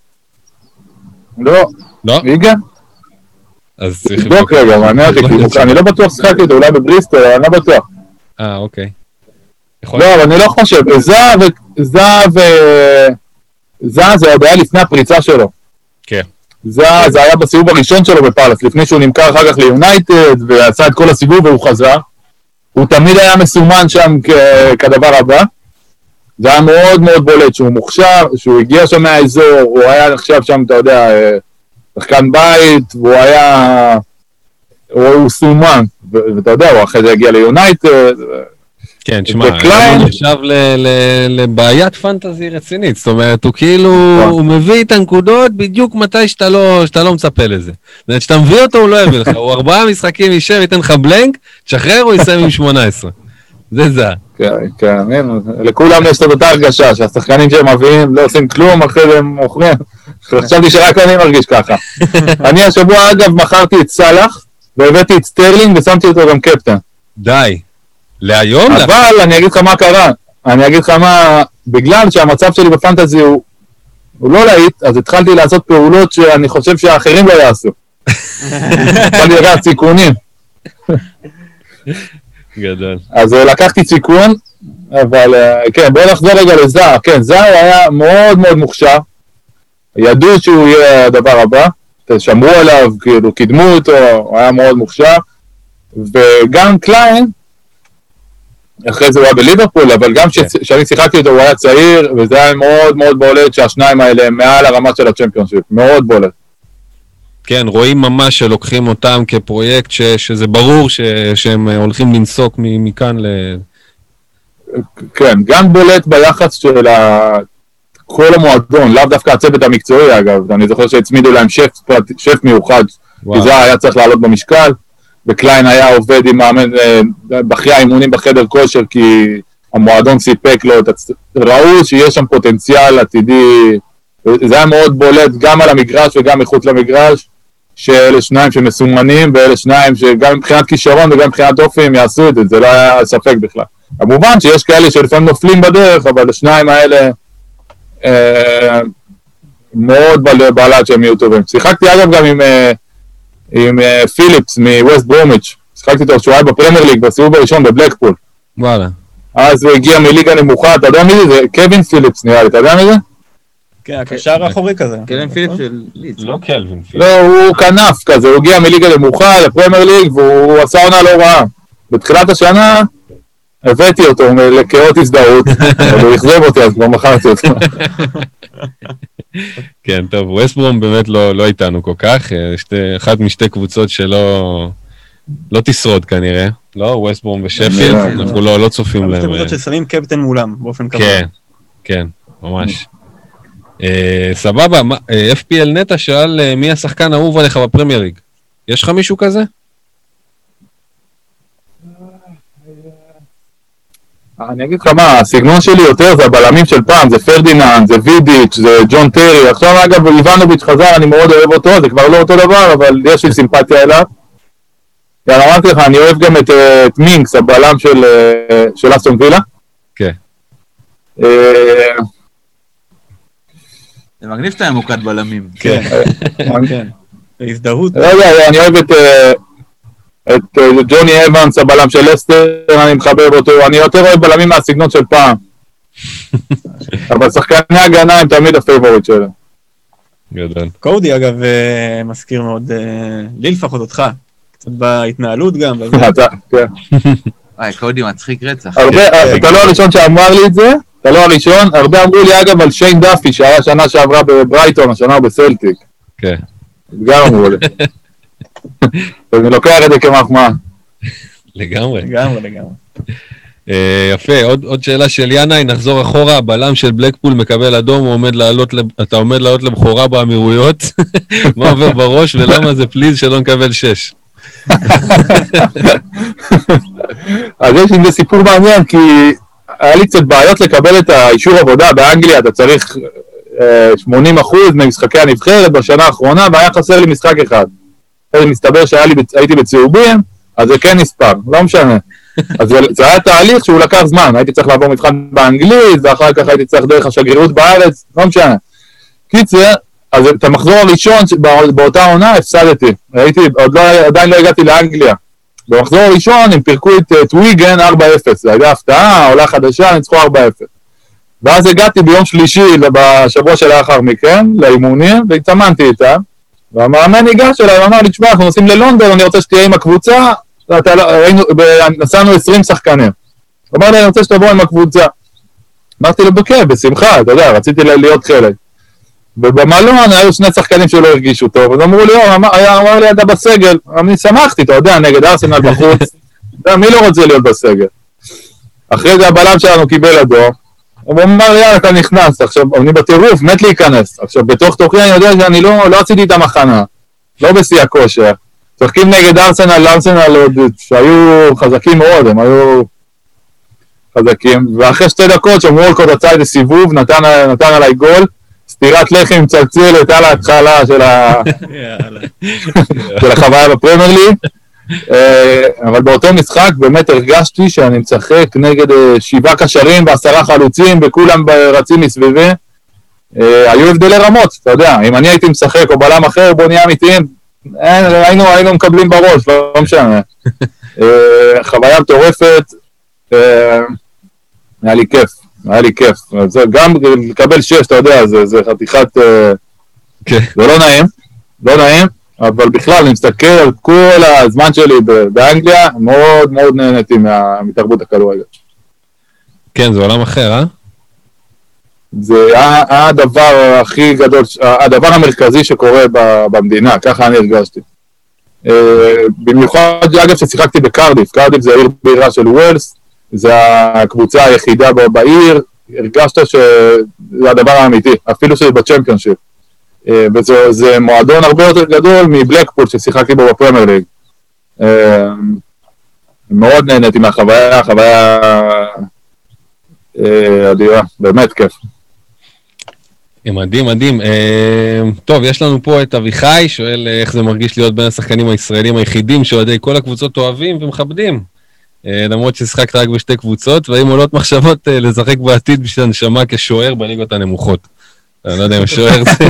לא. לא? איגן? אז צריך לבדוק רגע, אני לא בטוח שחקתי אותו, אולי בבריסטול, אני לא בטוח. אוקיי. לא, אבל אני לא חושב, זהה זה עוד היה לפני הפריצה שלו. כן. זה היה בסיבוב הראשון שלו בפאלאס, לפני שהוא נמכר אחר כך ליונייטד, ועשה את כל הסיבוב והוא חזר. הוא תמיד היה מסומן שם כדבר הבא. זה היה מאוד מאוד בולט שהוא מוכשר, שהוא הגיע שם מהאזור, הוא היה עכשיו שם, אתה יודע, שחקן בית, והוא היה... הוא סומן, ואתה יודע, הוא אחרי זה הגיע ליונייטד. כן, תשמע, הוא נחשב לבעיית פנטזי רצינית, זאת אומרת, הוא כאילו, הוא מביא את הנקודות בדיוק מתי שאתה לא מצפה לזה. זאת אומרת, שאתה מביא אותו, הוא לא יביא לך, הוא 4 משחקים יישב, ייתן לך בלנק, תשחרר, הוא יסיים עם 18. זה. כן, כן, לכולם יש את אותה הרגשה, שהשחקנים שהם מביאים לא עושים כלום, אחרי זה הם מוכרים. חשבתי שרק אני מרגיש ככה. אני השבוע, אגב, מכרתי את סלאח, והבאתי את סטרלינג ושמתי אותו גם קפטן. די. להיום? אבל אני אגיד לך מה קרה. אני אגיד לך מה, בגלל שהמצב שלי בפנטזי הוא לא להיט, אז התחלתי לעשות פעולות שאני חושב שהאחרים לא יעשו. התחלתי לקחת סיכונים. גדול. אז לקחתי סיכון, אבל כן, בואו נחזור רגע לזר. כן, זר היה מאוד מאוד מוכשר. ידעו שהוא יהיה הדבר הבא. שמרו עליו, כאילו, קידמו אותו, הוא היה מאוד מוכשר. וגם קליין, אחרי זה הוא היה בליברפול, אבל גם כשאני שיחקתי אותו הוא היה צעיר, וזה היה מאוד מאוד בולט שהשניים האלה הם מעל הרמה של הצ'מפיונשיפ, מאוד בולט. כן, רואים ממש שלוקחים אותם כפרויקט שזה ברור שהם הולכים לנסוק מכאן כן, גם בולט ביחס של כל המועדון, לאו דווקא הצוות המקצועי אגב, אני זוכר שהצמידו להם שף מיוחד, כי זה היה צריך לעלות במשקל, וקליין היה עובד עם מאמן בחיי האימונים בחדר כושר, כי המועדון סיפק לו, ראו שיש שם פוטנציאל עתידי, זה היה מאוד בולט גם על המגרש וגם מחוץ למגרש, שאלה שניים שמסומנים, ואלה שניים שגם מבחינת כישרון וגם מבחינת אופי הם יעשו את זה, זה לא היה ספק בכלל. כמובן שיש כאלה שלפעמים נופלים בדרך, אבל השניים האלה מאוד בלט שהם יהיו טובים. שיחקתי אגב גם עם פיליפס מווסט ברומיץ', שיחקתי איתו שהוא היה בפרמייר ליג בסיבוב הראשון בבלקפול. וואלה. אז הוא הגיע מליגה נמוכה, אתה יודע מי זה? זה קווין פיליפס נראה לי, אתה יודע מי זה? כן, הקשר האחורי כזה. קווין פיליפס של ליץ. לא קלווין פיליפס. לא, הוא כנף כזה, הוא הגיע מליגה נמוכה לפרמייר ליג, והוא עשה עונה לא רעה. בתחילת השנה הבאתי אותו כאות הזדהות, אבל הוא יחזב אותי, אז כבר מכרתי אותו. כן, טוב, ווסט ברום באמת לא איתנו כל כך, אחת משתי קבוצות שלא תשרוד כנראה, לא? ווסט ברום ושפילד, אנחנו לא צופים להם. שתי קבוצות ששמים קפטן מולם, באופן קבוע. כן, כן, ממש. סבבה, FPL נטה שאל מי השחקן האהוב עליך בפרמייר ליג? יש לך מישהו כזה? אני אגיד לך מה, הסגנון שלי יותר זה הבלמים של פעם, זה פרדיננד, זה וידיץ', זה ג'ון טרי, עכשיו אגב איבנוביץ' חזר, אני מאוד אוהב אותו, זה כבר לא אותו דבר, אבל יש לי סימפתיה אליו. ואני אמרתי לך, אני אוהב גם את מינקס, הבלם של אסטון וילה. כן. זה מגניב שאתה ממוקד בלמים. כן. כן. הזדהות. לא יודע, אני אוהב את ג'וני אבנס, הבלם של לסטר, אני מחבב אותו, אני יותר אוהב בלמים מהסגנון של פעם. אבל שחקני הגנה הם תמיד הפייבוריט שלהם. גדול. קודי אגב מזכיר מאוד, לי לפחות אותך, קצת בהתנהלות גם. כן. קודי מצחיק רצח. אתה לא הראשון שאמר לי את זה, אתה לא הראשון, הרבה אמרו לי אגב על שיין דאפי, שהיה שנה שעברה בברייטון, השנה הוא בסלטיק. כן. גם אמרו לי. אני לוקח את זה כמחמאה. לגמרי. לגמרי. יפה, עוד שאלה של ינאי, נחזור אחורה, הבלם של בלקפול מקבל אדום, אתה עומד לעלות לבחורה באמירויות, מה עובר בראש ולמה זה פליז שלא נקבל 6? אז יש לי סיפור מעניין, כי היה לי קצת בעיות לקבל את האישור עבודה באנגליה, אתה צריך 80% ממשחקי הנבחרת בשנה האחרונה, והיה חסר לי משחק אחד. אז מסתבר שהייתי בצהובים, אז זה כן נספר, לא משנה. אז זה היה תהליך שהוא לקח זמן, הייתי צריך לעבור מבחן באנגלית, ואחר כך הייתי צריך דרך השגרירות בארץ, לא משנה. קיצר, אז את המחזור הראשון באותה עונה הפסדתי, עדיין לא הגעתי לאנגליה. במחזור הראשון הם פירקו את וויגן 4-0, זה הייתה הפתעה, עולה חדשה, ניצחו 4-0. ואז הגעתי ביום שלישי, בשבוע שלאחר מכן, לאימונים, והתאמנתי איתם, והמאמן ניגש אליי, ואמר לי, תשמע, אנחנו נוסעים ללונדון, אני רוצה שתהיה עם הקבוצה, נסענו 20 שחקנים. הוא אמר לי, אני רוצה שתבוא עם הקבוצה. אמרתי לו, בכיף, בשמחה, אתה יודע, רציתי להיות חלק. ובמלון היו 2 שחקנים שלא הרגישו טוב, אז אמרו לי, אמר לי, אתה בסגל. אני שמחתי, אתה יודע, נגד ארסנל בחוץ. מי לא רוצה להיות בסגל? אחרי זה הבלם שלנו קיבל אדום, הוא אמר לי, יאללה, אתה נכנס. עכשיו, אני בטירוף, מת להיכנס. עכשיו, בתוך תוכי אני יודע שאני לא עשיתי את המחנה, לא בשיא הכושר. צוחקים נגד ארסנל עוד, שהיו חזקים מאוד, הם היו חזקים. ואחרי 2 דקות, שמואלקוט רצה איזה סיבוב, נתן עליי גול, סטירת לחי מצלצלת על ההתחלה של החוויה בפרמייר ליג. אבל באותו משחק באמת הרגשתי שאני משחק נגד 7 קשרים ו10 חלוצים וכולם רצים מסביבי. היו הבדלי רמות, אתה יודע, אם אני הייתי משחק או בלם אחר, בוא נהיה אמיתיים, היינו מקבלים בראש, לא משנה. חוויה מטורפת, היה לי כיף. גם לקבל 6, אתה יודע, זה חתיכת, זה לא נעים, אבל בכלל, אני מסתכל על כל הזמן שלי באנגליה, מאוד מאוד נהניתי מתרבות הכדורגל. כן, זה עולם אחר, אה? זה הדבר הכי גדול, הדבר המרכזי שקורה במדינה, ככה אני הרגשתי. במיוחד, אגב, ששיחקתי בקרדיף, קרדיף זה העיר בירה של ווילס, זה הקבוצה היחידה בעיר, הרגשת שזה הדבר האמיתי, אפילו שזה בצ'מפיונשיפ. וזה מועדון הרבה יותר גדול מבלקפול ששיחקתי בו בפרמייר ליג. מאוד נהניתי מהחוויה, חוויה אדירה, באמת כיף. מדהים. טוב, יש לנו פה את אביחי, שואל איך זה מרגיש להיות בין השחקנים הישראלים היחידים שאוהדי כל הקבוצות אוהבים ומכבדים. למרות ששיחקת רק ב2 קבוצות, והאם עולות מחשבות לשחק בעתיד בשביל הנשמה כשוער בליגות הנמוכות. אני לא יודע אם שוער זה.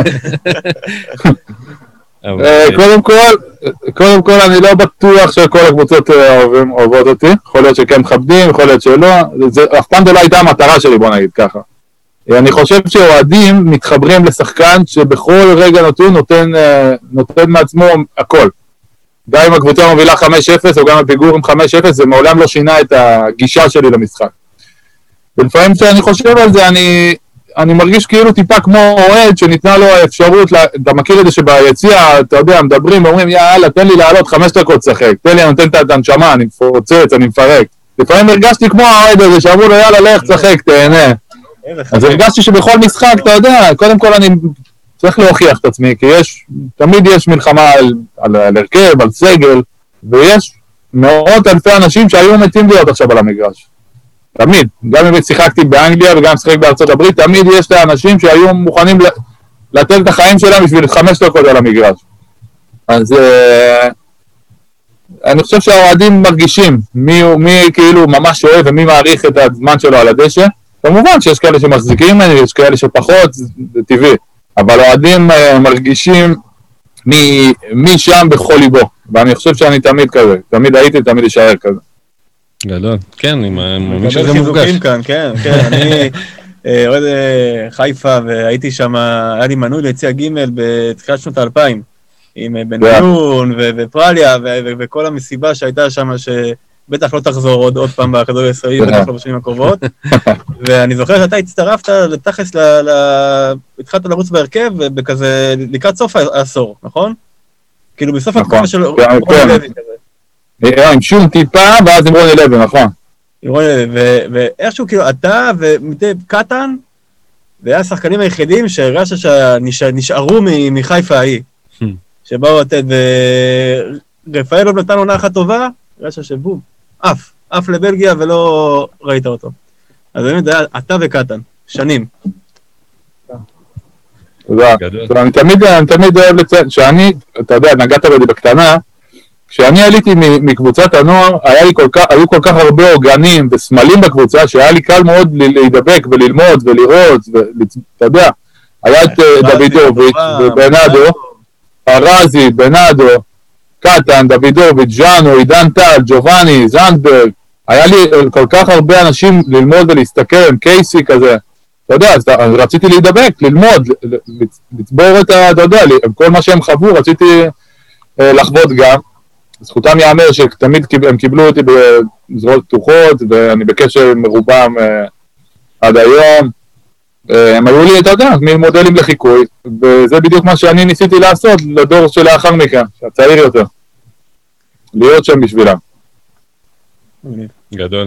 קודם כל אני לא בטוח שכל הקבוצות אוהבות אותי, יכול להיות שכן מכבדים, יכול להיות שלא, אף פעם זה לא הייתה המטרה שלי, בוא נגיד ככה. אני חושב שאוהדים מתחברים לשחקן שבכל רגע נתון נותן מעצמו הכל. גם אם הקבוצה מובילה 5-0 או גם הפיגור עם 5-0, זה מעולם לא שינה את הגישה שלי למשחק. ולפעמים שאני חושב על זה, אני מרגיש כאילו טיפה כמו אוהד שניתנה לו האפשרות, אתה מכיר את זה שביציע, אתה יודע, מדברים ואומרים, יאללה, תן לי לעלות 5 דקות שחק, תן לי, אני נותן את הנשמה, אני מפוצץ, אני מפרק. לפעמים הרגשתי כמו האוהד הזה, שאמרו לו, יאללה, לך תשחק, תהנה. אז הרגשתי שבכל משחק, אתה יודע, קודם כל אני צריך להוכיח את עצמי, כי תמיד יש מלחמה על הרכב, על סגל, ויש מאות אלפי אנשים שהיו מתים להיות עכשיו על המגרש. תמיד, גם אם שיחקתי באנגליה וגם שיחק בארצות הברית, תמיד יש את האנשים שהיו מוכנים לתת את החיים שלהם בשביל 5 דקות על המגרש. אז אני חושב שהאוהדים מרגישים מי כאילו ממש אוהב ומי מעריך את הזמן שלו על הדשא. כמובן שיש כאלה שמחזיקים ממני, יש כאלה שפחות, זה טבעי. אבל האוהדים מרגישים מי שם בכל ליבו. ואני חושב שאני תמיד כזה, תמיד הייתי, תמיד אשאר כזה. גדול, כן, עם מי שזה מורגש. כן, אני אוהד חיפה והייתי שם, היה לי מנוי ליציע ג' בתחילת שנות ה-2000, עם בן-גוריון ופרליה וכל המסיבה שהייתה שם, שבטח לא תחזור עוד פעם בכדורגל הישראלי, בטח לא בשנים הקרובות, ואני זוכר שאתה הצטרפת לתכלס, התחלת לרוץ בהרכב, בכזה לקראת סוף העשור, נכון? כאילו בסוף התקופה של רוני לוי כזה. עם שום טיפה, ואז עם רוני לוי, נכון. עם רוני לוי, ואיכשהו כאילו אתה ומתי קטן, והיה השחקנים היחידים שהרגשת שנשארו מחיפה ההיא, שבאו לתת, ורפאל עוד נתן עונה אחת טובה, הרגשת שבום, אף לבלגיה ולא ראית אותו. אז באמת היה אתה וקטן, שנים. תודה. אני תמיד אוהב לציין, שאני, אתה יודע, נגעת בזה בקטנה, כשאני עליתי מקבוצת הנוער, היו כל כך הרבה אורגנים וסמלים בקבוצה, שהיה לי קל מאוד להידבק וללמוד ולראות, אתה יודע, היה את דוידוביץ' ובנאדו, ארזי, בנאדו, קטן, דוידוביץ', ז'אנו, עידן טל, ג'ובאני, זנדברג, היה לי כל כך הרבה אנשים ללמוד ולהסתכל, קייסי כזה, אתה יודע, אז רציתי להידבק, ללמוד, לצבור את ה... אתה יודע, כל מה שהם חוו, רציתי לחוות גם. זכותם יאמר שתמיד הם קיבלו אותי בזרועות פתוחות, ואני בקשר עם רובם עד היום. הם היו לי, אתה יודע, מודלים לחיקוי, וזה בדיוק מה שאני ניסיתי לעשות לדור שלאחר מכן, הצעיר יותר. להיות שם בשבילם. גדול.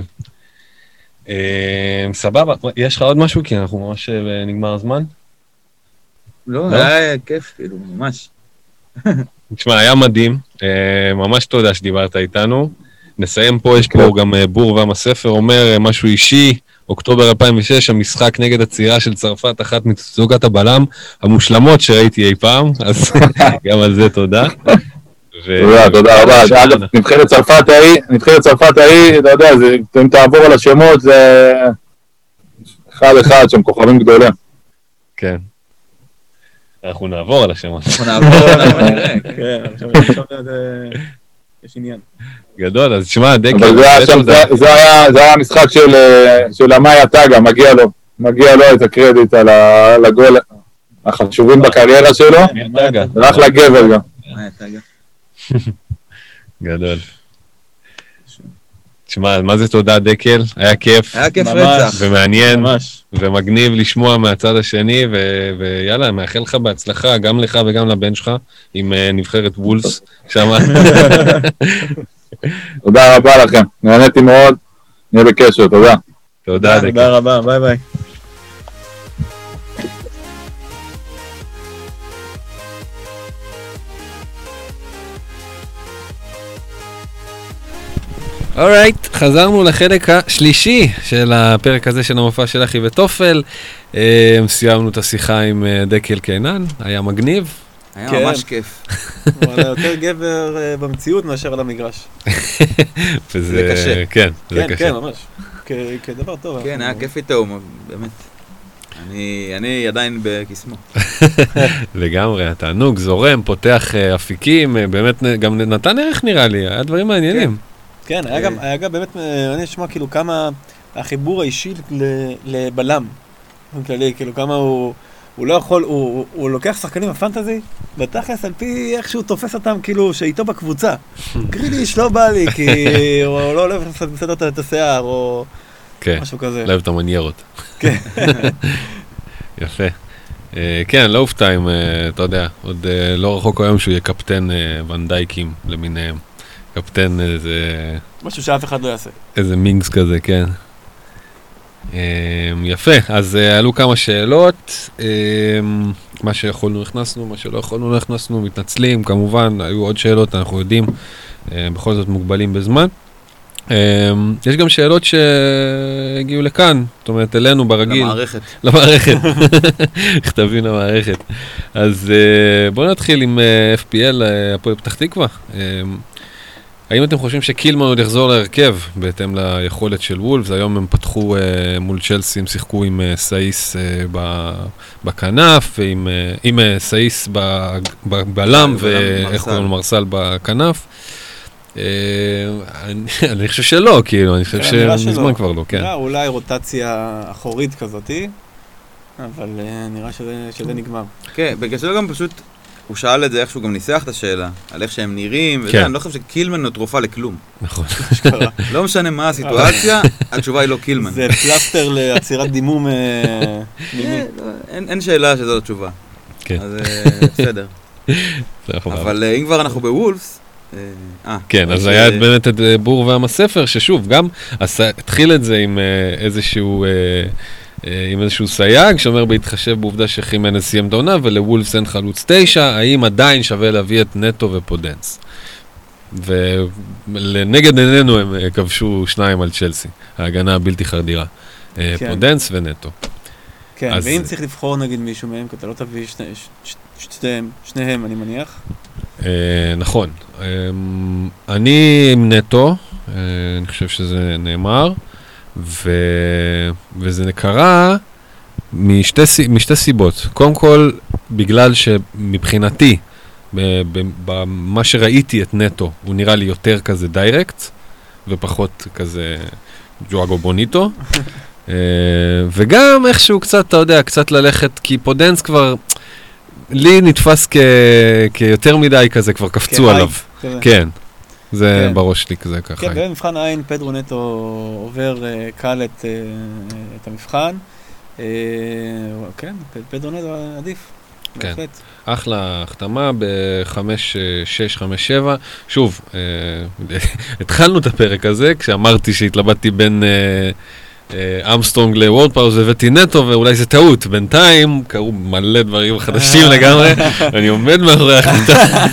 סבבה, יש לך עוד משהו? כי אנחנו ממש נגמר הזמן. לא, היה כיף, כאילו, ממש. תשמע, היה מדהים, ממש תודה שדיברת איתנו. נסיים פה, יש פה גם בור ועם הספר, אומר משהו אישי, אוקטובר 2006, המשחק נגד הצעירה של צרפת, אחת מתצוגת הבלם המושלמות שראיתי אי פעם, אז גם על זה תודה. תודה רבה. אגב, נבחרת צרפת ההיא, אתה יודע, אם תעבור על השמות, זה אחד שהם כוכבים גדולים. כן. אנחנו נעבור על השמות. כן, עכשיו יש עניין. גדול, אז תשמע, דקל. אבל זה היה המשחק של המאיה טאגה, מגיע לו את הקרדיט על הגול החשובים בקריירה שלו, רק לגבר גם. גדול. תשמע, מה זה תודה דקל? היה כיף. היה כיף רצח. ומעניין, ומגניב לשמוע מהצד השני, ויאללה, מאחל לך בהצלחה, גם לך וגם לבן שלך, עם נבחרת וולס שמה. תודה רבה לכם, נהניתי מאוד, נהיה בקשר, תודה. תודה דקל. תודה רבה, ביי ביי. אורייט, חזרנו לחלק השלישי של הפרק הזה של המופע של אחי וטופל. סיימנו את השיחה עם דקל קיינן, היה מגניב. היה ממש כיף. הוא היה יותר גבר במציאות מאשר על המגרש. זה קשה. כן, זה קשה. כן, ממש. כדבר טוב. כן, היה כיף איתו, באמת. אני עדיין בקסמו. לגמרי, התענוג, זורם, פותח אפיקים, באמת גם נתן ערך נראה לי, היה דברים מעניינים. כן, היה גם באמת, אני אשמע כאילו כמה החיבור האישי לבלם, בכללי, כאילו כמה הוא לא יכול, הוא לוקח שחקנים בפנטזי, בתכלס על פי איך שהוא תופס אותם, כאילו שאיתו בקבוצה. גריליש לא בא לי, כי הוא לא אוהב לסדר את השיער, או משהו כזה. לא אוהב את המניירות. כן. יפה. כן, לא אופתע אם, אתה יודע, עוד לא רחוק היום שהוא יהיה קפטן ונדייקים למיניהם. קפטן איזה... משהו שאף אחד לא יעשה. איזה מינגס כזה, כן. יפה, אז עלו כמה שאלות. מה שיכולנו הכנסנו, מה שלא יכולנו לא הכנסנו, מתנצלים, כמובן, היו עוד שאלות, אנחנו יודעים, בכל זאת מוגבלים בזמן. יש גם שאלות שהגיעו לכאן, זאת אומרת, אלינו ברגיל. למערכת. כתבים למערכת. אז בואו נתחיל עם FPL, הפועל פתח תקווה. האם אתם חושבים שקילמן עוד יחזור להרכב בהתאם ליכולת של וולפס? היום הם פתחו מול צ'לסי, הם שיחקו עם סאיס בכנף, עם סאיס בלם ואיך קוראים לו מרסל בכנף. אני חושב שלא, כאילו, אני חושב שמזמן כבר לא, כן. אולי רוטציה אחורית כזאתי, אבל נראה שזה נגמר. כן, בגלל גם פשוט... הוא שאל את זה איך שהוא גם ניסח את השאלה, על איך שהם נראים, וזה, אני לא חושב שקילמן הוא תרופה לכלום. נכון. לא משנה מה הסיטואציה, התשובה היא לא קילמן. זה פלסטר לעצירת דימום. אין שאלה שזו התשובה. כן. אז בסדר. אבל אם כבר אנחנו בוולפס... כן, אז היה באמת את בור ועם הספר, ששוב, גם התחיל את זה עם איזשהו סייג, שאומר בהתחשב בעובדה שחימנז סיים את העונה, ולוולפס אין חלוץ 9, האם עדיין שווה להביא את נטו ופודנס. ולנגד עינינו הם כבשו 2 על צ'לסי, ההגנה הבלתי חרדירה. פודנס ונטו. כן, ואם צריך לבחור נגיד מישהו מהם, כי אתה לא תביא שניהם, אני מניח. נכון. אני עם נטו, אני חושב שזה נאמר, וזה קרה משתי סיבות. קודם כל, בגלל שמבחינתי, במה שראיתי את נטו, הוא נראה לי יותר כזה דיירקט, ופחות כזה ג'ואגו בוניטו. וגם איכשהו קצת, אתה יודע, קצת ללכת, כי פודנס כבר, לי נתפס כיותר מדי כזה, כבר קפצו עליו. כן, זה בראש שלי כזה ככה. כן, במבחן העין פדרו נטו עובר קל את המבחן. כן, פדרו נטו עדיף. כן, אחלה החתמה ב-5-6, 5-7. שוב, התחלנו את הפרק הזה, כשאמרתי שהתלבטתי בין אמסטרונג לוורד פאוס והבאתי נטו, ואולי זה טעות. בינתיים קרו מלא דברים חדשים לגמרי, אני עומד מאחורי ההחלטה.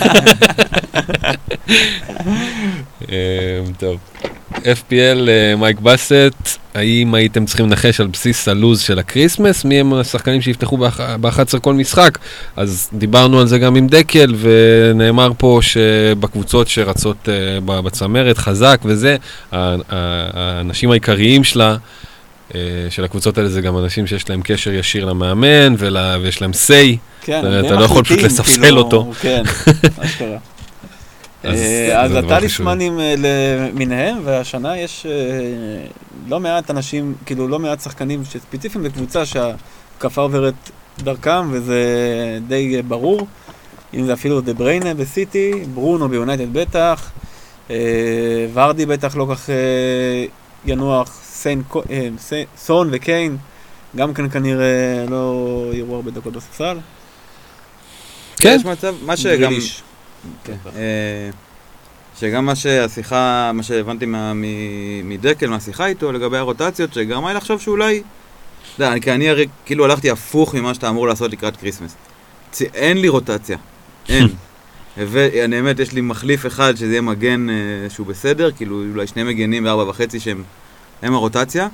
טוב. FPL, מייק בסט, האם הייתם צריכים לנחש על בסיס הלוז של הקריסמס? מי הם השחקנים שיפתחו ב-11 כל משחק? אז דיברנו על זה גם עם דקל, ונאמר פה שבקבוצות שרצות בצמרת חזק וזה, האנשים העיקריים שלה, של הקבוצות האלה זה גם אנשים שיש להם קשר ישיר למאמן, ויש להם say, אתה לא יכול פשוט לספסל אותו. כן, מה שקרה. אז הטליסמנים למיניהם, והשנה יש לא מעט אנשים, כאילו לא מעט שחקנים שספציפיים בקבוצה שהקפה עוברת דרכם, וזה די ברור. אם זה אפילו דה בריינה בסיטי, ברונו ביונייטד בטח, ורדי בטח לא כך ינוח, סון וקיין, גם כאן כנראה לא יראו הרבה דקות בספסל. כן. יש מצב, מה שגם... שגם מה שהשיחה, מה שהבנתי מדקל, מהשיחה איתו לגבי הרוטציות, שגרמה לי לחשוב שאולי, כי אני הרי כאילו הלכתי הפוך ממה שאתה אמור לעשות לקראת קריסמס. אין לי רוטציה, אין. ואני באמת, יש לי מחליף אחד שזה יהיה מגן שהוא בסדר, כאילו אולי 2 מגנים ו4.5 שהם הרוטציה,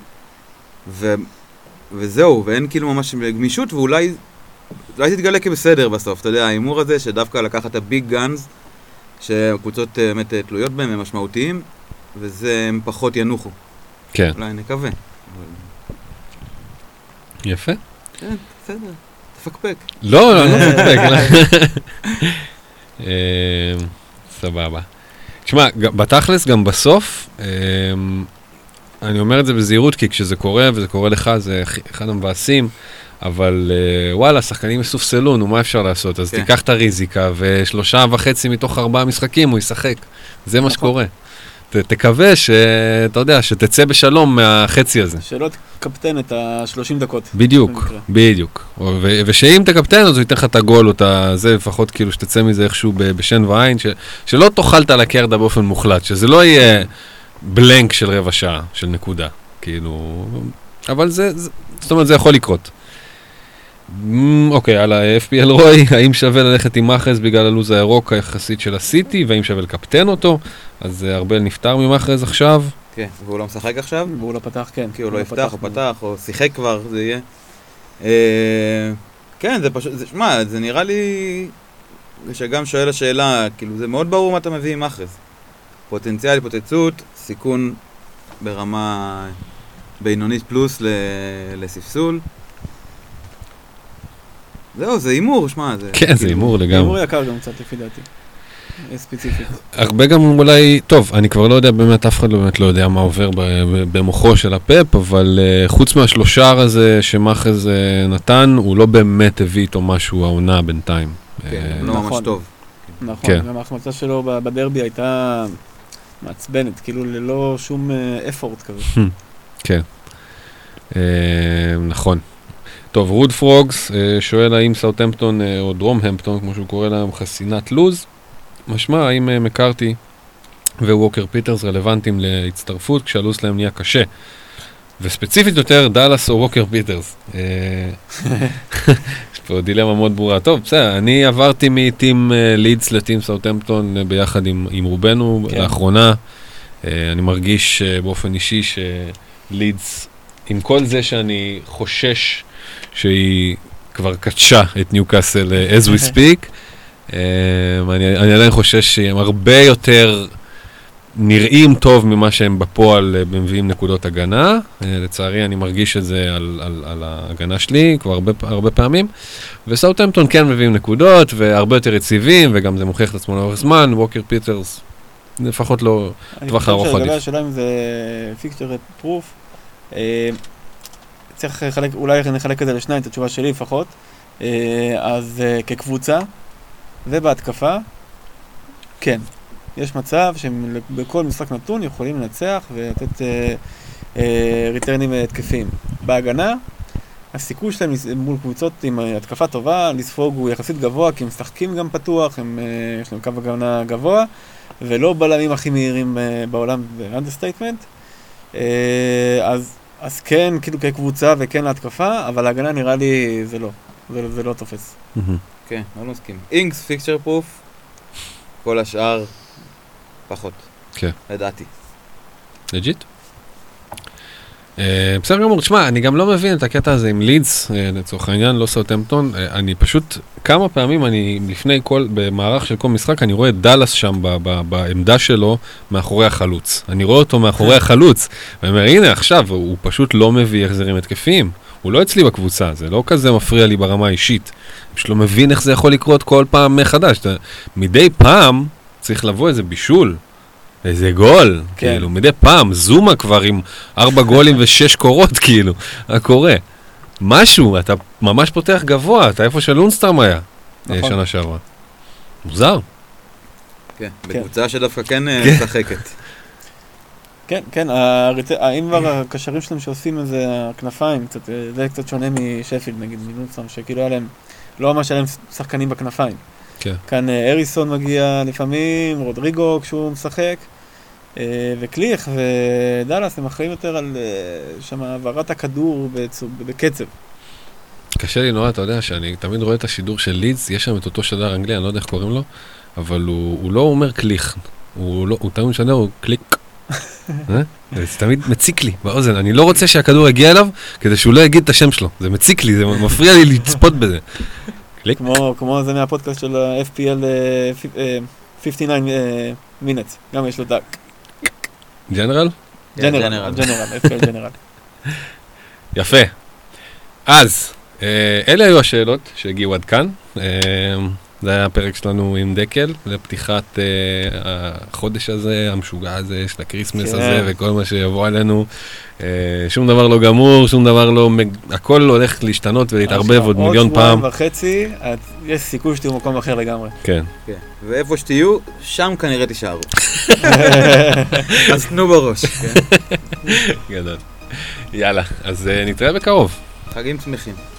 וזהו, ואין כאילו ממש גמישות, ואולי תתגלה כבסדר בסוף, אתה יודע, האימור הזה שדווקא לקחת את הביג גאנז, שהקבוצות באמת תלויות בהם, הם משמעותיים, וזה הם פחות ינוחו. כן. אולי נקווה. יפה. כן, בסדר. תפקפק. לא, אני לא מפקפק. סבבה. תשמע, בתכלס גם בסוף, אני אומר את זה בזהירות, כי כשזה קורה, וזה קורה לך, זה אחד המבאסים, אבל וואלה, שחקנים מסופסלו, נו, מה אפשר לעשות? אז תיקח את הריזיקה, ו3.5 מתוך 4 משחקים הוא ישחק. זה מה שקורה. תקווה שאתה יודע, שתצא בשלום מהחצי הזה. שלא תקפטן את ה-30 דקות. בדיוק, בדיוק. ושאם תקפטן, אז הוא ייתן לך את הגול, או זה לפחות כאילו שתצא מזה איכשהו בשן ועין, שלא תאכלת על הקרדה באופן מוחלט, שזה לא יהיה בלנק של רבע שעה, של נקודה. כאילו, אבל זאת אומרת, זה יכול לקרות. אוקיי, על ה-FPL רוי, האם שווה ללכת עם מחרז בגלל הלוז הירוק היחסית של הסיטי, והאם שווה לקפטן אותו? אז ארבל נפטר ממחרז עכשיו. כן, והוא לא משחק עכשיו? והוא לא פתח, כן. כי הוא לא יפתח, או פתח, או שיחק כבר, זה יהיה. כן, זה פשוט, שמע, זה נראה לי שגם שואל השאלה, כאילו זה מאוד ברור מה אתה מביא עם מחרז. פוטנציאל, התפוצצות, סיכון ברמה בינונית פלוס לספסול. זהו, זה אימור, שמע, זה... כן, זה אימור לגמרי. אימור יקר גם קצת, לפי דעתי. ספציפית. הרבה גם אולי... טוב, אני כבר לא יודע, באמת, אף אחד באמת לא יודע מה עובר במוחו של הפאפ, אבל חוץ מהשלושר הזה שמחרז נתן, הוא לא באמת הביא איתו משהו העונה בינתיים. כן, לא ממש טוב. נכון, גם ההחמצה שלו בדרבי הייתה מעצבנת, כאילו ללא שום אפורט כזה. כן. נכון. טוב, רוד פרוגס שואל האם סאוטהמפטון או דרום המפטון, כמו שהוא קורא להם, חסינת לוז. משמע, האם מקארתי וווקר פיטרס רלוונטיים להצטרפות כשהלוז שלהם נהיה קשה. וספציפית יותר, דלס או ווקר פיטרס. יש פה דילמה מאוד ברורה. טוב, בסדר, אני עברתי מטים לידס לטים סאוטהמפטון ביחד עם רובנו לאחרונה. אני מרגיש באופן אישי שלידס, עם כל זה שאני חושש שהיא כבר קדשה את ניוקאסל as we speak, אני עדיין חושש שהם הרבה יותר נראים טוב ממה שהם בפועל מביאים נקודות הגנה. לצערי אני מרגיש את זה על ההגנה שלי כבר הרבה פעמים, וסאוטהמפטון כן מביאים נקודות והרבה יותר יציבים, וגם זה מוכיח את עצמו לאורך זמן. ווקר פיטרס לפחות לא טווח הארוך עדיף. אני חושב שהשאלה אם זה פיקצ'ר פרוף. צריך לחלק, אולי נחלק את זה לשניים, את התשובה שלי לפחות. אז כקבוצה ובהתקפה, כן. יש מצב שבכל משחק נתון יכולים לנצח ולתת ריטרנים התקפיים. בהגנה, הסיכוי שלהם מול קבוצות עם התקפה טובה, לספוג הוא יחסית גבוה, כי הם משחקים גם פתוח, יש להם קו הגנה גבוה, ולא בלמים הכי מהירים בעולם באנדרסטייטמנט. אז כן, כאילו כקבוצה וכן להתקפה, אבל ההגנה נראה לי זה לא תופס. כן, לא מסכים. אינגס, פיקצ'ר פרוף, כל השאר פחות. כן. לדעתי. לג'יט? בסדר גמור, תשמע, אני גם לא מבין את הקטע הזה עם לידס, לצורך העניין, לא סאות'המפטון, אני פשוט, כמה פעמים לפני במערך של כל משחק, אני רואה את דלס שם בעמדה שלו, מאחורי החלוץ. אני רואה אותו מאחורי החלוץ, ואני אומר, הנה עכשיו, הוא פשוט לא מביא החזרים התקפיים. הוא לא אצלי בקבוצה, זה לא כזה מפריע לי ברמה האישית. פשוט לא מבין איך זה יכול לקרות כל פעם מחדש. מדי פעם צריך לבוא איזה בישול. איזה גול, כאילו, מדי פעם, זומה כבר עם 4 גולים ו6 קורות, כאילו, הקורא. משהו, אתה ממש פותח גבוה, אתה איפה שלונסטרם היה, שנה שעברה. מוזר. כן, בקבוצה שדווקא כן משחקת. כן, האם כבר הקשרים שלהם שעושים איזה הכנפיים, זה קצת שונה משפילד, נגיד, מלונסטרם, שכאילו היה להם, לא ממש היה להם שחקנים בכנפיים. כאן אריסון מגיע לפעמים, רודריגו כשהוא משחק, וקליך ודלס הם אחראים יותר על שם העברת הכדור בקצב. קשה לי נורא, אתה יודע שאני תמיד רואה את השידור של לידס, יש שם את אותו שדר אנגלי, אני לא יודע איך קוראים לו, אבל הוא לא אומר קליך, הוא תמיד משדר, הוא קליק. זה תמיד מציק לי באוזן, אני לא רוצה שהכדור יגיע אליו כדי שהוא לא יגיד את השם שלו, זה מציק לי, זה מפריע לי לצפות בזה. כמו זה מהפודקאסט של ה-FPL 59 minutes, גם יש לו דק. ג'נרל? ג'נרל, FPL ג'נרל. יפה. אז, אלה היו השאלות שהגיעו עד כאן. זה היה הפרק שלנו עם דקל, לפתיחת החודש הזה, המשוגע הזה, של הקריסמס הזה, וכל מה שיבוא עלינו. שום דבר לא גמור, שום דבר לא... הכל הולך להשתנות ולהתערבב עוד מיליון פעם. עוד 1.5 יש סיכוי שתהיו מקום אחר לגמרי. כן. ואיפה שתהיו, שם כנראה תישארו. אז תנו בראש. גדול. יאללה, אז נתראה בקרוב. חגים שמחים.